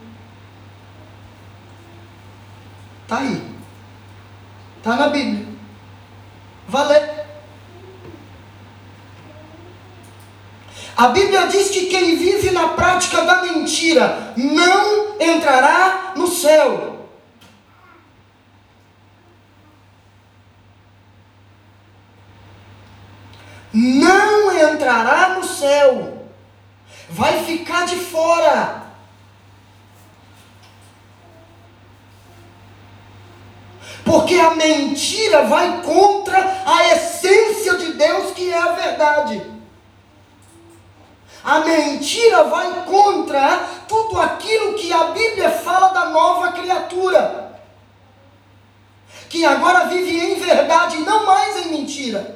Está aí. Está na Bíblia. Vai ler. A Bíblia diz que quem vive na prática da mentira não entrará no céu. Não entrará no céu. Vai ficar de fora. Porque a mentira vai contra a essência de Deus, que é a verdade. A mentira vai contra tudo aquilo que a Bíblia fala da nova criatura, que agora vive em verdade e não mais em mentira.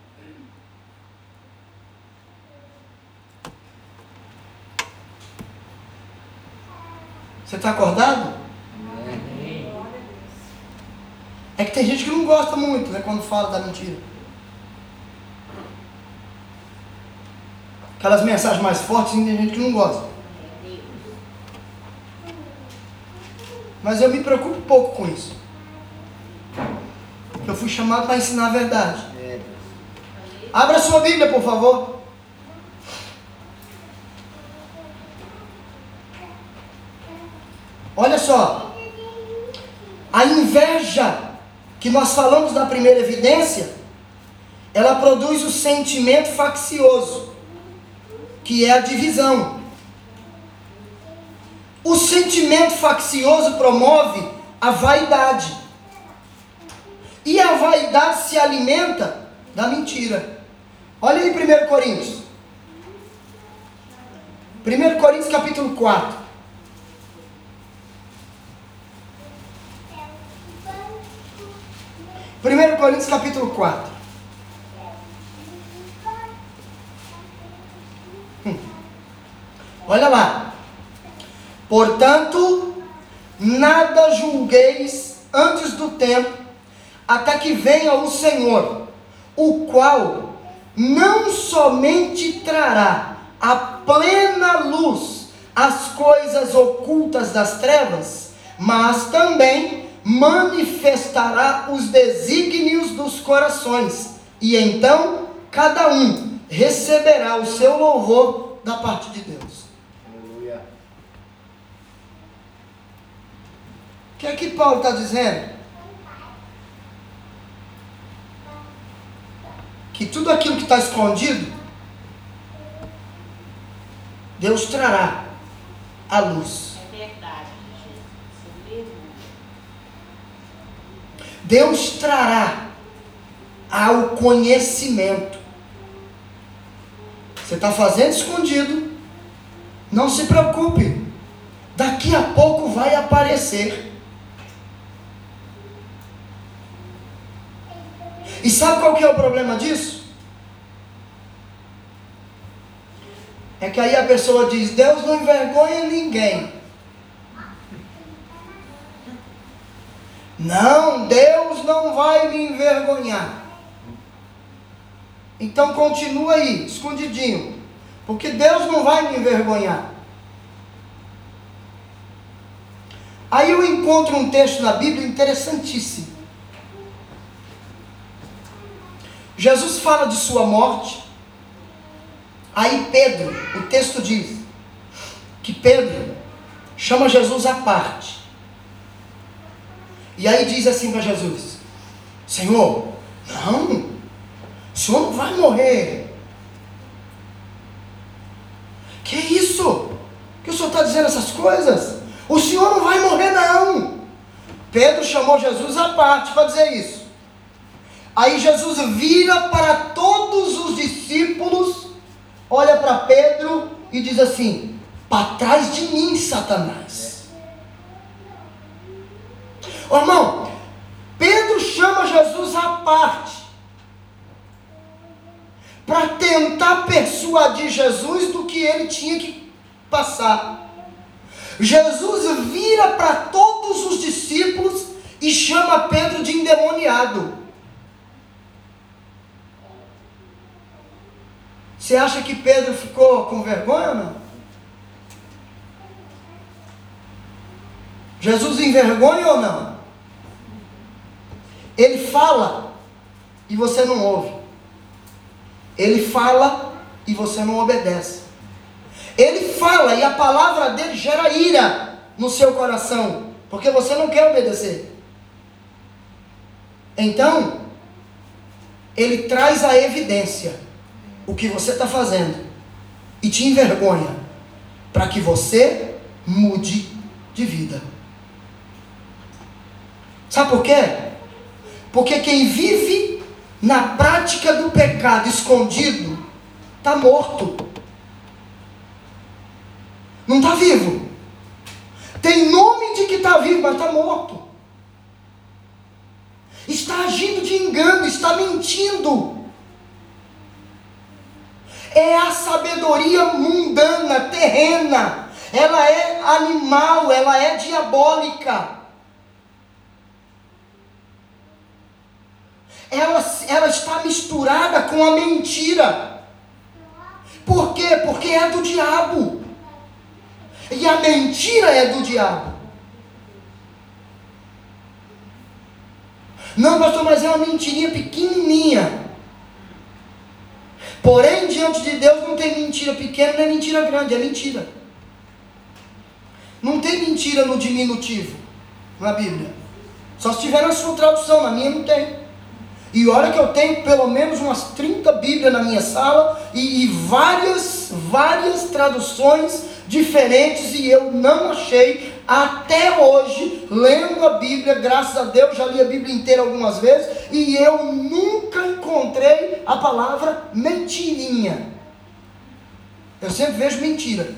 Você está acordado? É que tem gente que não gosta muito, né, quando fala da mentira. Aquelas mensagens mais fortes, tem gente que não gosta. Mas eu me preocupo pouco com isso. Eu fui chamado para ensinar a verdade. Abra sua Bíblia, por favor. Olha só. A inveja que nós falamos na primeira evidência, ela produz o sentimento faccioso, que é a divisão. O sentimento faccioso promove a vaidade. E a vaidade se alimenta da mentira. Olha aí 1 Coríntios. 1 Coríntios capítulo 4. 1 Coríntios capítulo 4. Olha lá. Portanto, nada julgueis antes do tempo, até que venha o Senhor, o qual não somente trará a plena luz as coisas ocultas das trevas, mas também manifestará os desígnios dos corações, e então cada um receberá o seu louvor da parte de Deus. Aleluia. O que é que Paulo está dizendo? Que tudo aquilo que está escondido, Deus trará à luz. É verdade, Jesus. Deus trará ao conhecimento. Você está fazendo escondido, não se preocupe, daqui a pouco vai aparecer. E sabe qual que é o problema disso? É que aí a pessoa diz: Deus não envergonha ninguém. Não, Deus não vai me envergonhar. Então continua aí, escondidinho, porque Deus não vai me envergonhar. Aí eu encontro um texto na Bíblia interessantíssimo. Jesus fala de sua morte. Aí Pedro, o texto diz que Pedro chama Jesus à parte. E aí diz assim para Jesus: Senhor, não, o Senhor não vai morrer. Que isso? Que o Senhor está dizendo essas coisas? O Senhor não vai morrer não. Pedro chamou Jesus à parte para dizer isso. Aí Jesus vira para todos os discípulos, olha para Pedro e diz assim: para trás de mim, Satanás. Ô irmão, Pedro chama Jesus à parte para tentar persuadir Jesus do que ele tinha que passar. Jesus vira para todos os discípulos e chama Pedro de endemoniado. Você acha que Pedro ficou com vergonha ou não? Jesus envergonha ou não? Ele fala e você não ouve. Ele fala e você não obedece. Ele fala e a palavra dele gera ira no seu coração, porque você não quer obedecer. Então, ele traz a evidência, o que você está fazendo, e te envergonha, para que você mude de vida. Sabe por quê? Porque quem vive na prática do pecado escondido, está morto. Não está vivo. Tem nome de que está vivo, mas está morto. Está agindo de engano, está mentindo. É a sabedoria mundana, terrena. Ela é animal, ela é diabólica. Ela está misturada com a mentira. Por quê? Porque é do diabo. E a mentira é do diabo. Não, pastor, mas é uma mentirinha pequenininha. Porém, diante de Deus não tem mentira pequena, nem mentira grande, é mentira. Não tem mentira no diminutivo na Bíblia. Só se tiver na sua tradução, na minha não tem. E olha que eu tenho pelo menos umas 30 Bíblias na minha sala e várias traduções diferentes, e eu não achei até hoje, lendo a Bíblia, graças a Deus, já li a Bíblia inteira algumas vezes, e eu nunca encontrei a palavra mentirinha. Eu sempre vejo mentira.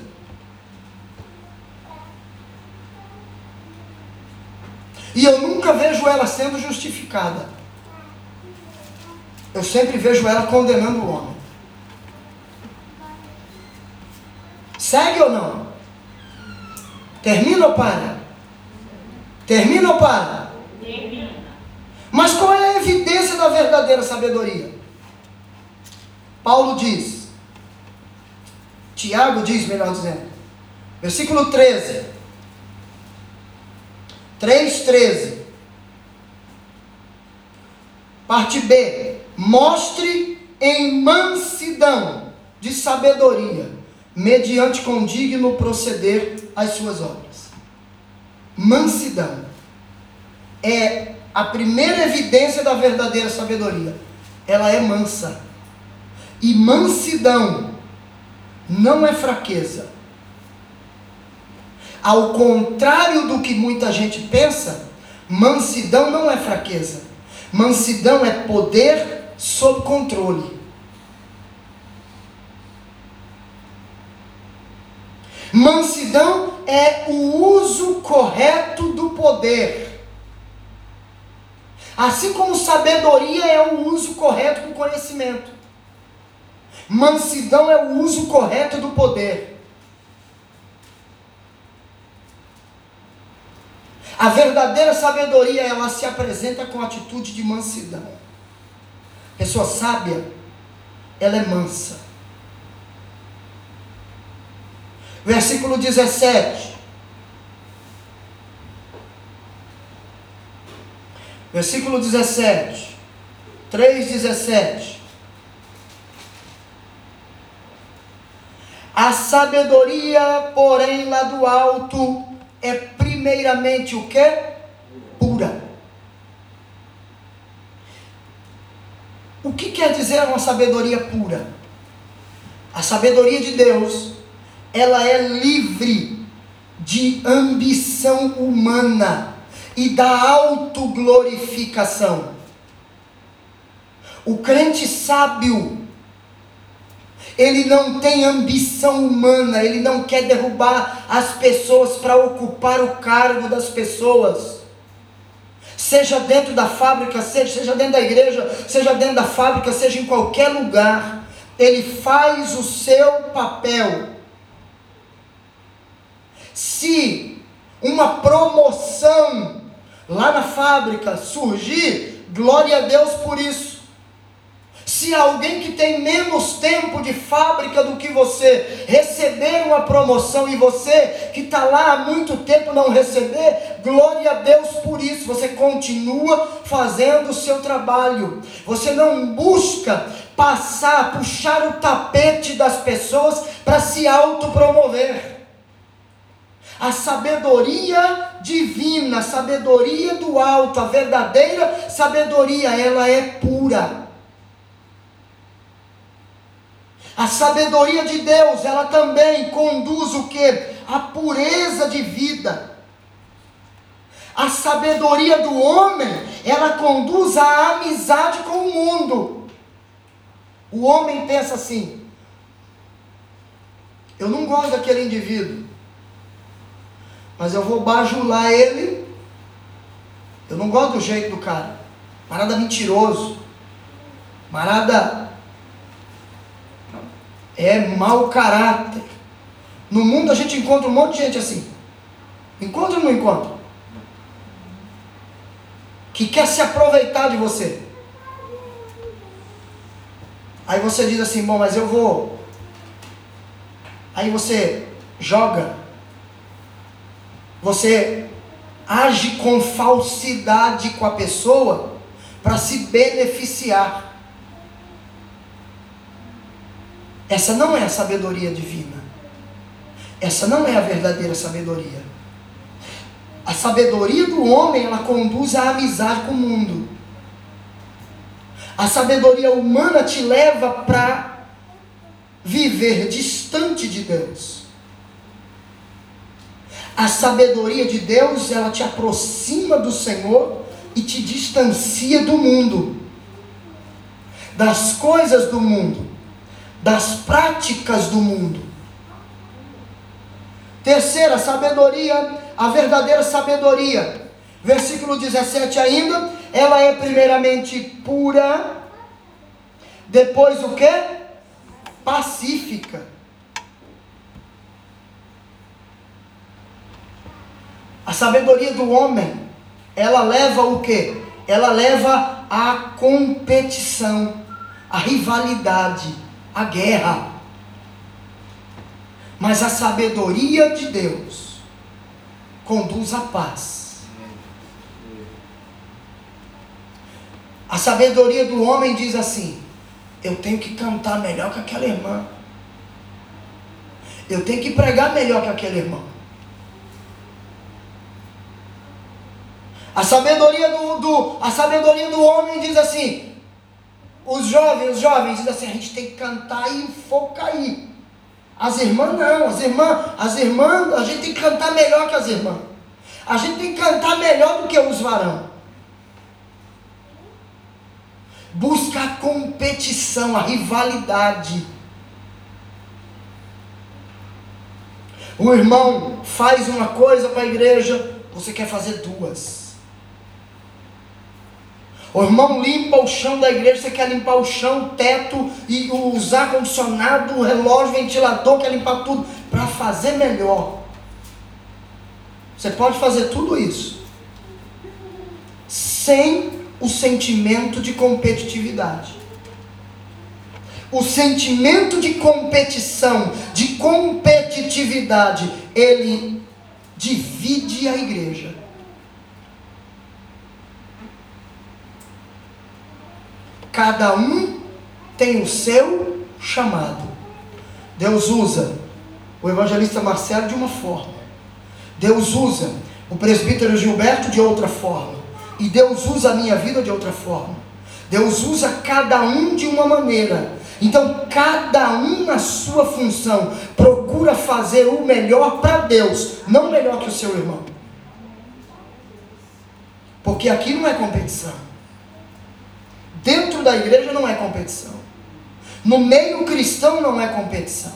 E eu nunca vejo ela sendo justificada. Eu sempre vejo ela condenando o homem. Segue ou não? Termina ou para? Termina ou para? Termina. Mas qual é a evidência da verdadeira sabedoria? Paulo diz, Tiago diz, melhor dizendo, versículo 13, 3:13, parte B: mostre em mansidão de sabedoria, mediante condigno proceder as suas obras. Mansidão é a primeira evidência da verdadeira sabedoria. Ela é mansa. E mansidão não é fraqueza. Ao contrário do que muita gente pensa, mansidão não é fraqueza. Mansidão é poder sob controle. Mansidão é o uso correto do poder. Assim como sabedoria é o uso correto do conhecimento. Mansidão é o uso correto do poder. A verdadeira sabedoria, ela se apresenta com atitude de mansidão. Pessoa sábia, ela é mansa. Versículo 17. Versículo 17. 3:17. A sabedoria, porém, lá do alto, é primeiramente o quê? Pura. O que quer dizer uma sabedoria pura? A sabedoria de Deus, ela é livre de ambição humana e da autoglorificação. O crente sábio, ele não tem ambição humana, ele não quer derrubar as pessoas para ocupar o cargo das pessoas. Seja dentro da fábrica, seja dentro da igreja, seja dentro da fábrica, seja em qualquer lugar, ele faz o seu papel. Se uma promoção lá na fábrica surgir, glória a Deus por isso. Se alguém que tem menos tempo de fábrica do que você receber uma promoção e você que está lá há muito tempo não receber, glória a Deus por isso. Você continua fazendo o seu trabalho. Você não busca puxar o tapete das pessoas para se autopromover. A sabedoria divina, a sabedoria do alto, a verdadeira sabedoria, ela é pura. A sabedoria de Deus, ela também conduz o quê? A pureza de vida. A sabedoria do homem, ela conduz a amizade com o mundo. O homem pensa assim: eu não gosto daquele indivíduo, mas eu vou bajular ele. Eu não gosto do jeito do cara. Marada mentiroso. Marada é mau caráter. No mundo a gente encontra um monte de gente assim. Encontra ou não encontra? Que quer se aproveitar de você. Aí você diz assim, bom, mas eu vou. Aí você joga. Você age com falsidade com a pessoa para se beneficiar. Essa não é a sabedoria divina. Essa não é a verdadeira sabedoria. A sabedoria do homem, ela conduz à amizade com o mundo. A sabedoria humana te leva para viver distante de Deus. A sabedoria de Deus, ela te aproxima do Senhor e te distancia do mundo, das coisas do mundo, das práticas do mundo. Terceira, sabedoria, a verdadeira sabedoria. Versículo 17 ainda, ela é primeiramente pura, depois o quê? Pacífica. A sabedoria do homem, ela leva o quê? Ela leva à competição, à rivalidade, à guerra. Mas a sabedoria de Deus conduz à paz. A sabedoria do homem diz assim: eu tenho que cantar melhor que aquela irmã. Eu tenho que pregar melhor que aquele irmão. A sabedoria do homem diz assim, os jovens dizem assim, a gente tem que cantar e focar aí. As irmãs não, as irmãs, a gente tem que cantar melhor que as irmãs. A gente tem que cantar melhor do que os varão. Busca a competição, a rivalidade. O irmão faz uma coisa para a igreja, você quer fazer duas. O irmão limpa o chão da igreja, você quer limpar o chão, o teto, e usar ar-condicionado, o relógio, o ventilador, quer limpar tudo, para fazer melhor. Você pode fazer tudo isso, sem o sentimento de competitividade. O sentimento de competição, de competitividade, ele divide a igreja. Cada um tem o seu chamado. Deus usa o evangelista Marcelo de uma forma. Deus usa o presbítero Gilberto de outra forma. E Deus usa a minha vida de outra forma. Deus usa cada um de uma maneira. Então, cada um na sua função procura fazer o melhor para Deus, não melhor que o seu irmão. Porque aqui não é competição. Dentro da igreja não é competição. No meio cristão não é competição.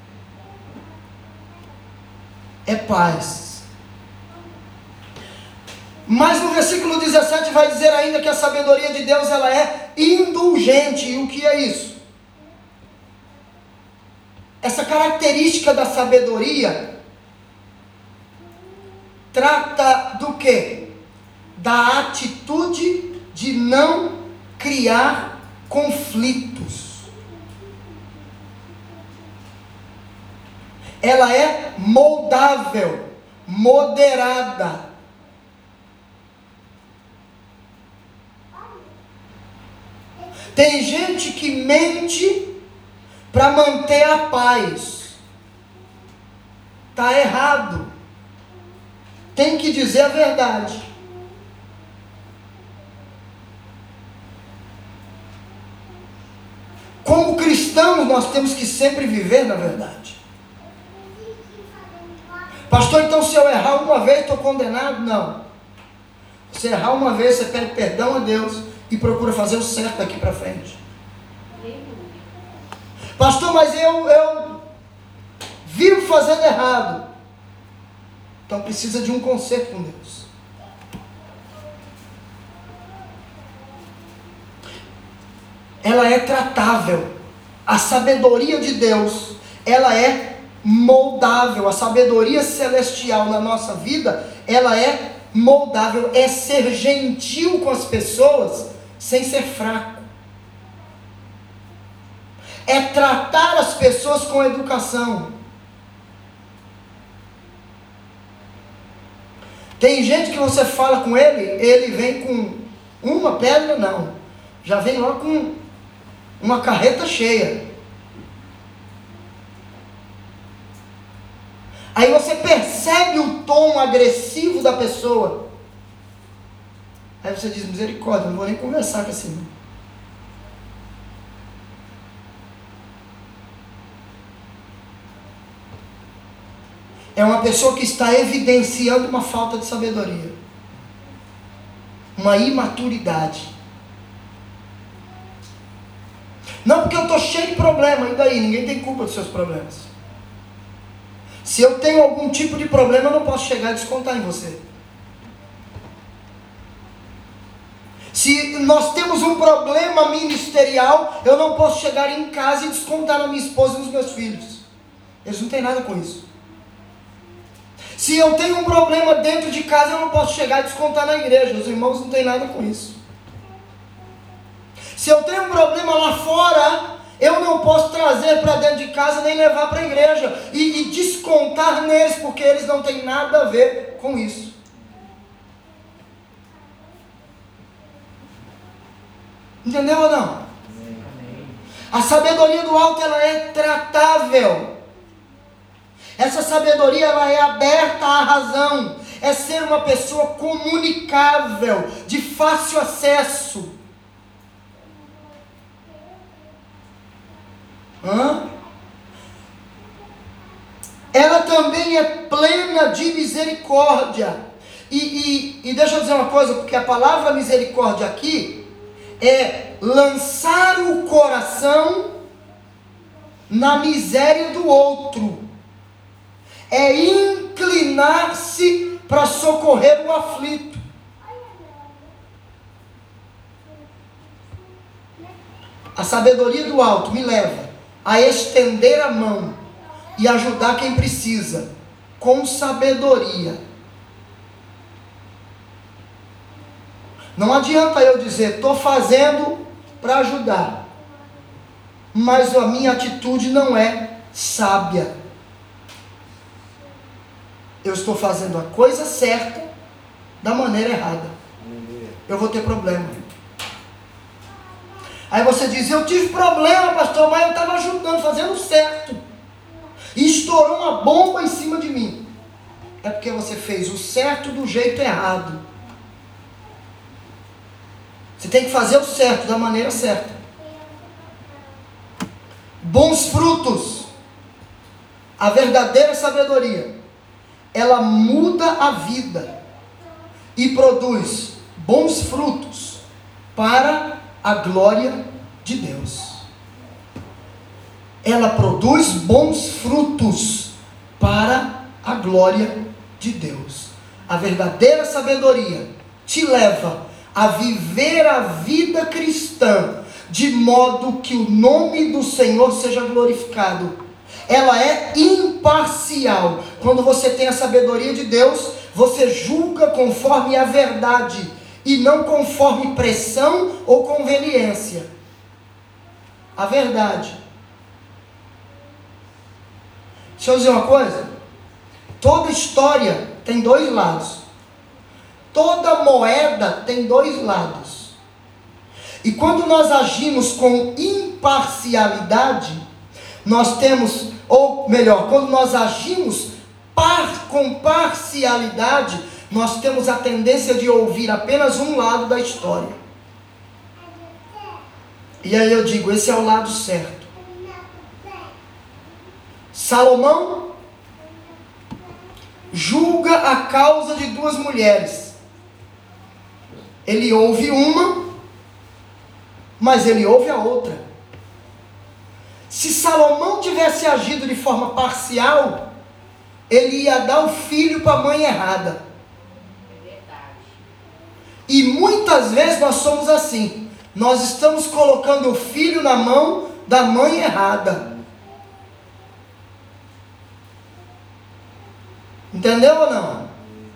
É paz. Mas no versículo 17 vai dizer ainda que a sabedoria de Deus, ela é indulgente. E o que é isso? Essa característica da sabedoria trata do quê? Da atitude de não criar conflitos. Ela é moldável, moderada. Tem gente que mente para manter a paz. Está errado. Tem que dizer a verdade. Como cristãos, nós temos que sempre viver na verdade. Pastor, então se eu errar uma vez, estou condenado? Não. Se errar uma vez, você pede perdão a Deus e procura fazer o certo daqui para frente. Pastor, mas eu vivo fazendo errado. Então precisa de um conserto com Deus. Ela é tratável. A sabedoria de Deus, ela é moldável. A sabedoria celestial na nossa vida, ela é moldável. É ser gentil com as pessoas sem ser fraco. É tratar as pessoas com educação. Tem gente que você fala com ele, ele vem com uma pedra, não. Já vem lá com uma carreta cheia. Aí você percebe o tom agressivo da pessoa. Aí você diz, misericórdia, não vou nem conversar com esse irmão. É uma pessoa que está evidenciando uma falta de sabedoria. Uma imaturidade. Não porque eu estou cheio de problema, e daí? Ninguém tem culpa dos seus problemas. Se eu tenho algum tipo de problema, eu não posso chegar e descontar em você. Se nós temos um problema ministerial, eu não posso chegar em casa e descontar na minha esposa e nos meus filhos. Eles não têm nada com isso. Se eu tenho um problema dentro de casa, eu não posso chegar e descontar na igreja. Os irmãos não têm nada com isso. Se eu tenho um problema lá fora, eu não posso trazer para dentro de casa nem levar para a igreja e descontar neles, porque eles não têm nada a ver com isso. Entendeu ou não? A sabedoria do alto, ela é tratável. Essa sabedoria, ela é aberta à razão. É ser uma pessoa comunicável, de fácil acesso. Ela também é plena de misericórdia. E deixa eu dizer uma coisa, porque a palavra misericórdia aqui é lançar o coração na miséria do outro. É inclinar-se para socorrer o aflito. A sabedoria do alto me leva a estender a mão e ajudar quem precisa, com sabedoria. Não adianta eu dizer, estou fazendo para ajudar, mas a minha atitude não é sábia. Eu estou fazendo a coisa certa da maneira errada. Eu vou ter problema. Aí você diz, eu tive problema, pastor, mas eu estava ajudando, fazendo certo. E estourou uma bomba em cima de mim. É porque você fez o certo do jeito errado. Você tem que fazer o certo da maneira certa. Bons frutos. A verdadeira sabedoria, ela muda a vida e produz bons frutos para a glória de Deus. Ela produz bons frutos para a glória de Deus. A verdadeira sabedoria te leva a viver a vida cristã de modo que o nome do Senhor seja glorificado. Ela é imparcial. Quando você tem a sabedoria de Deus, você julga conforme a verdade e não conforme pressão ou conveniência. A verdade. Deixa eu dizer uma coisa. Toda história tem dois lados. Toda moeda tem dois lados. E quando nós agimos com imparcialidade, nós temos, ou melhor, quando nós agimos com parcialidade, nós temos a tendência de ouvir apenas um lado da história. E aí eu digo, esse é o lado certo. Salomão julga a causa de duas mulheres. Ele ouve uma, mas ele ouve a outra. Se Salomão tivesse agido de forma parcial, ele ia dar o filho para a mãe errada. É verdade. E muitas vezes nós somos assim. Nós estamos colocando o filho na mão da mãe errada. Entendeu ou não?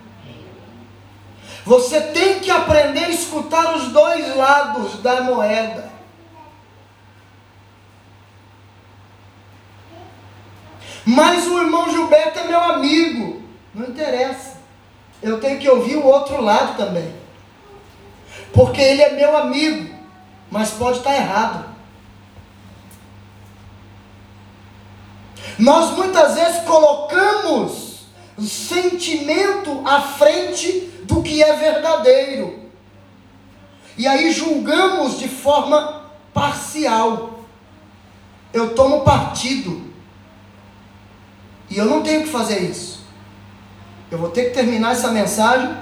Você tem que aprender a escutar os dois lados da moeda. Mas o irmão Gilberto é meu amigo. Não interessa. Eu tenho que ouvir o outro lado também. Porque ele é meu amigo. Mas pode estar errado. Nós muitas vezes colocamos o sentimento à frente do que é verdadeiro. E aí julgamos de forma parcial. Eu tomo partido. E eu não tenho que fazer isso. Eu vou ter que terminar essa mensagem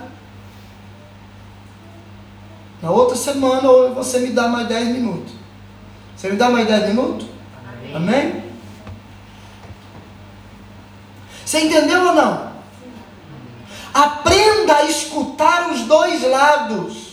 na outra semana, ou você me dá mais 10 minutos. Você me dá mais 10 minutos? Amém? Amém? Você entendeu ou não? Aprenda a escutar os dois lados.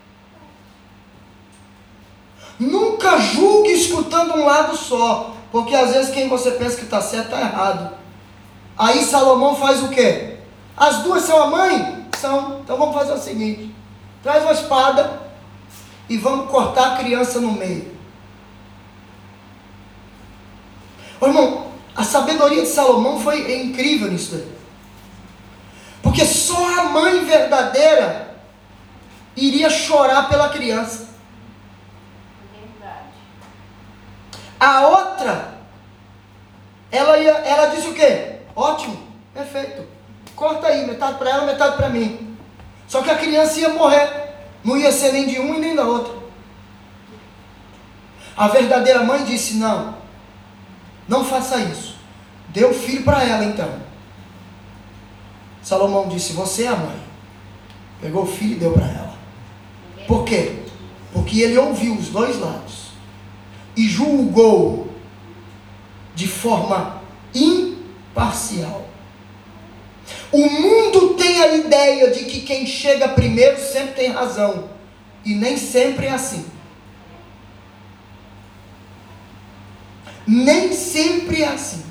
Nunca julgue escutando um lado só, porque às vezes quem você pensa que está certo está errado. Aí Salomão faz o quê? As duas são a mãe? São. Então vamos fazer o seguinte: traz uma espada e vamos cortar a criança no meio. Ô irmão, a sabedoria de Salomão foi incrível nisso daí. Porque só a mãe verdadeira iria chorar pela criança. Verdade. A outra, ela disse o quê? Ótimo, perfeito. Corta aí, metade para ela, metade para mim. Só que a criança ia morrer. Não ia ser nem de um e nem da outra. A verdadeira mãe disse: não, não faça isso. Dê o filho para ela então. Salomão disse: você é a mãe. Pegou o filho e deu para ela. Por quê? Porque ele ouviu os dois lados e julgou de forma imparcial. O mundo tem a ideia de que quem chega primeiro sempre tem razão, e nem sempre é assim. Nem sempre é assim.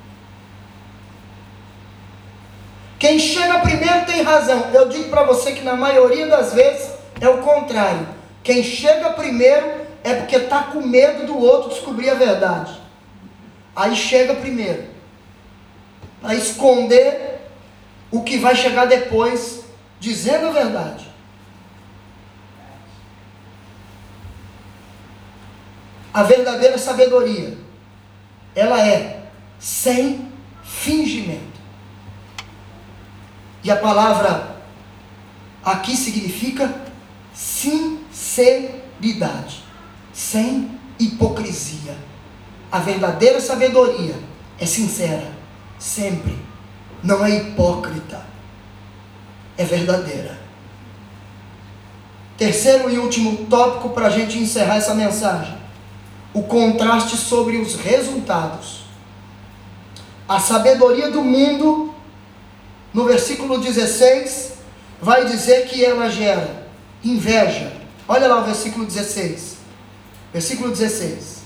Quem chega primeiro tem razão. Eu digo para você que na maioria das vezes é o contrário. Quem chega primeiro é porque está com medo do outro descobrir a verdade. Aí chega primeiro, para esconder o que vai chegar depois, dizendo a verdade. A verdadeira sabedoria, ela é sem fingimento. E a palavra aqui significa sinceridade, sem hipocrisia. A verdadeira sabedoria é sincera, sempre. Não é hipócrita, é verdadeira. Terceiro e último tópico para a gente encerrar essa mensagem: o contraste sobre os resultados. A sabedoria do mundo, no versículo 16, vai dizer que ela gera inveja. Olha lá o versículo 16. Versículo 16.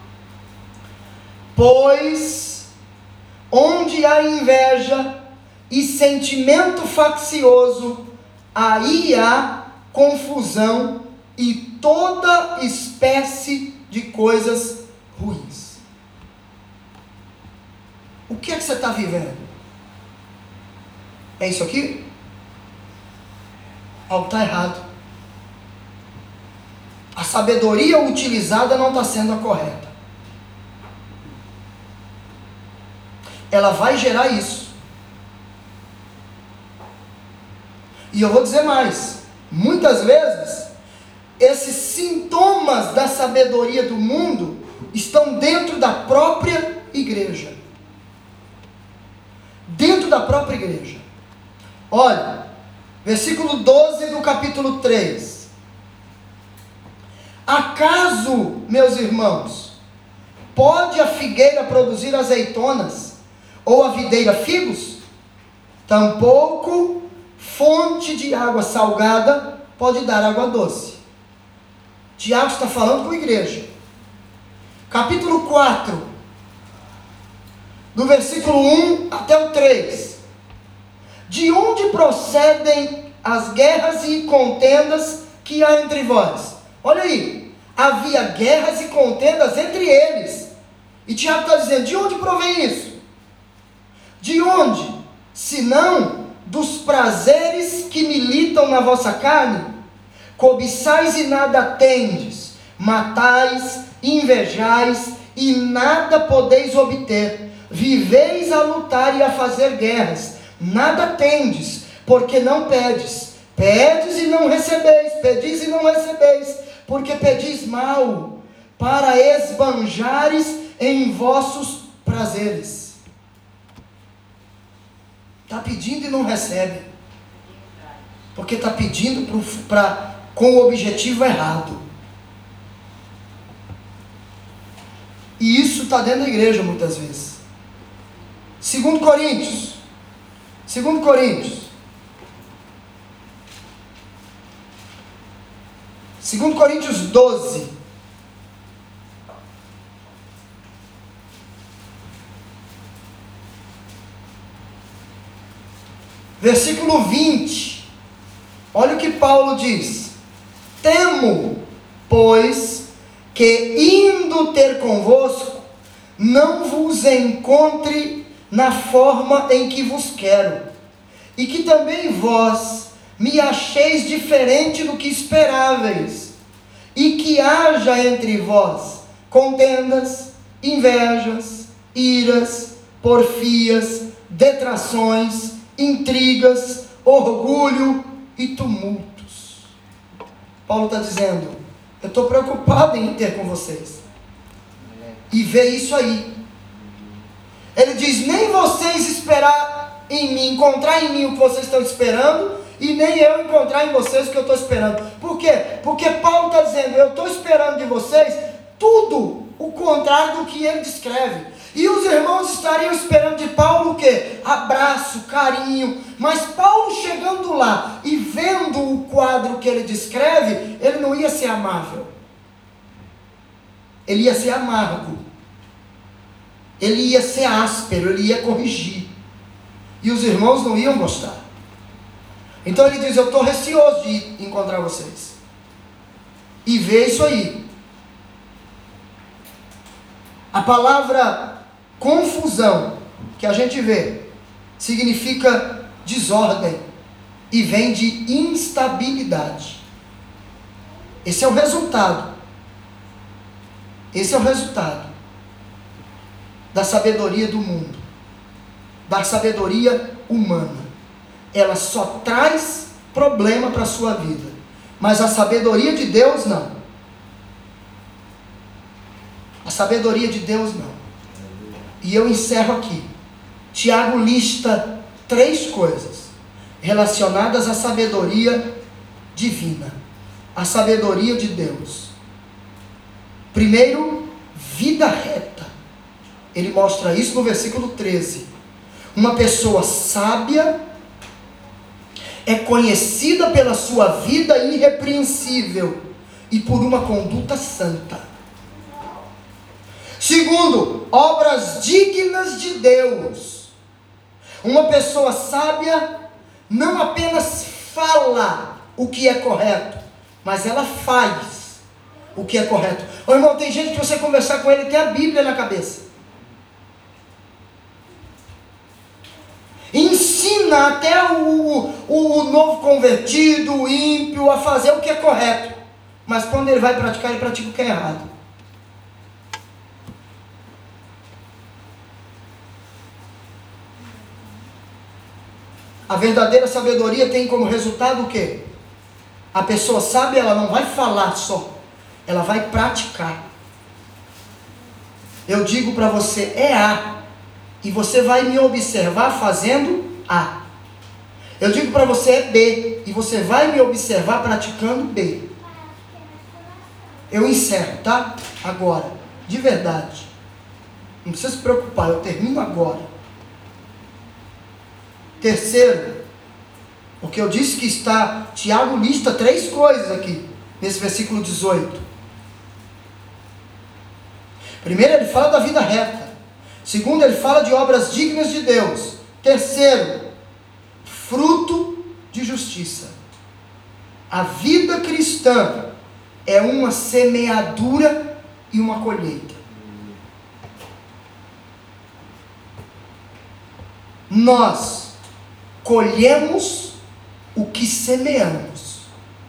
Pois onde há inveja e sentimento faccioso, aí há confusão e toda espécie de coisas ruins. O que é que você está vivendo? É isso aqui? Algo está errado. A sabedoria utilizada não está sendo a correta. Ela vai gerar isso. E eu vou dizer mais: muitas vezes esses sintomas da sabedoria do mundo estão dentro da própria igreja. Dentro da própria igreja. Olha, versículo 12 do capítulo 3. Acaso, meus irmãos, pode a figueira produzir azeitonas, ou a videira figos? Tampouco fonte de água salgada pode dar água doce. Tiago está falando com a igreja. Capítulo 4, do versículo 1 até o 3. De onde procedem as guerras e contendas que há entre vós? Olha aí, havia guerras e contendas entre eles. E Tiago está dizendo, de onde provém isso? De onde? Senão dos prazeres que militam na vossa carne? Cobiçais e nada tendes, matais, invejais e nada podeis obter. Viveis a lutar e a fazer guerras, nada tendes, porque não pedes. Pedes e não recebeis, pedis e não recebeis, porque pedis mal, para esbanjares em vossos prazeres. Está pedindo e não recebe, porque está pedindo com o objetivo errado. E isso está dentro da igreja muitas vezes. 2 Coríntios 12, versículo 20, olha o que Paulo diz: temo, pois, que indo ter convosco, não vos encontre na forma em que vos quero, e que também vós me acheis diferente do que esperáveis, e que haja entre vós contendas, invejas, iras, porfias, detrações, intrigas, orgulho e tumultos. Paulo está dizendo, eu estou preocupado em ter com vocês, e ver isso aí. Ele diz, nem vocês esperar em mim, encontrar em mim o que vocês estão esperando, e nem eu encontrar em vocês o que eu estou esperando. Por quê? Porque Paulo está dizendo, eu estou esperando de vocês tudo o contrário do que ele descreve. E os irmãos estariam esperando de Paulo o quê? Abraço, carinho. Mas Paulo chegando lá e vendo o quadro que ele descreve, ele não ia ser amável. Ele ia ser amargo. Ele ia ser áspero, ele ia corrigir. E os irmãos não iam gostar. Então ele diz, eu estou receoso de encontrar vocês. E ver isso aí. A palavra confusão, que a gente vê, significa desordem. E vem de instabilidade. Esse é o resultado. Esse é o resultado da sabedoria do mundo, da sabedoria humana. Ela só traz problema para a sua vida, mas a sabedoria de Deus não. A sabedoria de Deus não. E eu encerro aqui. Tiago lista 3 coisas relacionadas à sabedoria divina, a sabedoria de Deus. Primeiro, vida reta. Ele mostra isso no versículo 13. Uma pessoa sábia é conhecida pela sua vida irrepreensível e por uma conduta santa. Segundo, obras dignas de Deus. Uma pessoa sábia não apenas fala o que é correto, mas ela faz o que é correto. Ô irmão, tem gente que você conversar com ele tem a Bíblia na cabeça. Ensina até o novo convertido, o ímpio, a fazer o que é correto. Mas quando ele vai praticar, ele pratica o que é errado. A verdadeira sabedoria tem como resultado o quê? A pessoa sábia, ela não vai falar só, ela vai praticar. Eu digo para você, é A, e você vai me observar fazendo A. Eu digo para você, é B, e você vai me observar praticando B. Eu encerro, tá? Agora, de verdade. Não precisa se preocupar, eu termino agora. Terceiro, porque eu disse que Tiago lista 3 coisas aqui, nesse versículo 18. Primeiro, ele fala da vida reta. Segundo, ele fala de obras dignas de Deus. Terceiro, fruto de justiça. A vida cristã é uma semeadura e uma colheita. Nós colhemos o que semeamos.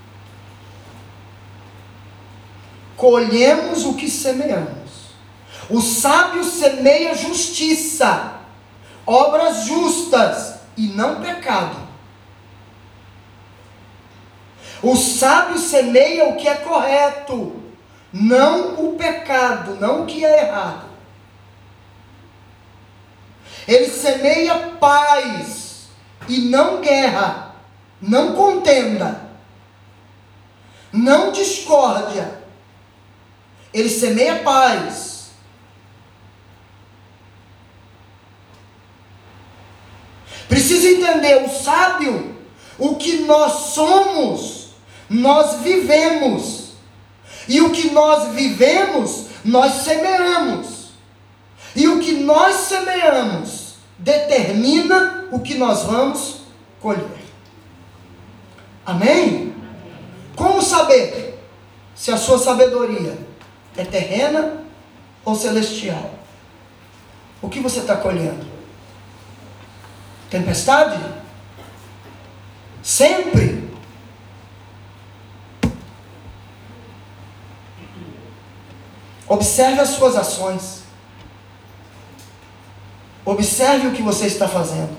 Colhemos o que semeamos. O sábio semeia justiça, obras justas e não pecado. O sábio semeia o que é correto, não o pecado, não o que é errado. Ele semeia paz e não guerra, não contenda, não discórdia. Ele semeia paz. Precisa entender, o sábio, o que nós somos, nós vivemos. E o que nós vivemos, nós semeamos. E o que nós semeamos determina o que nós vamos colher. Amém? Como saber se a sua sabedoria é terrena ou celestial? O que você está colhendo? Tempestade? Sempre? Observe as suas ações. Observe o que você está fazendo.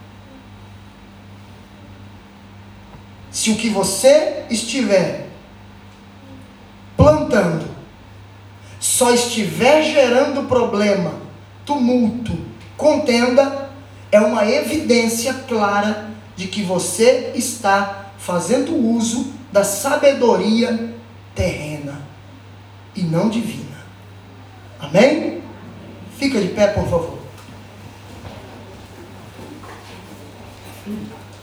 Se o que você estiver plantando só estiver gerando problema, tumulto, contenda, é uma evidência clara de que você está fazendo uso da sabedoria terrena e não divina. Amém? Fica de pé, por favor.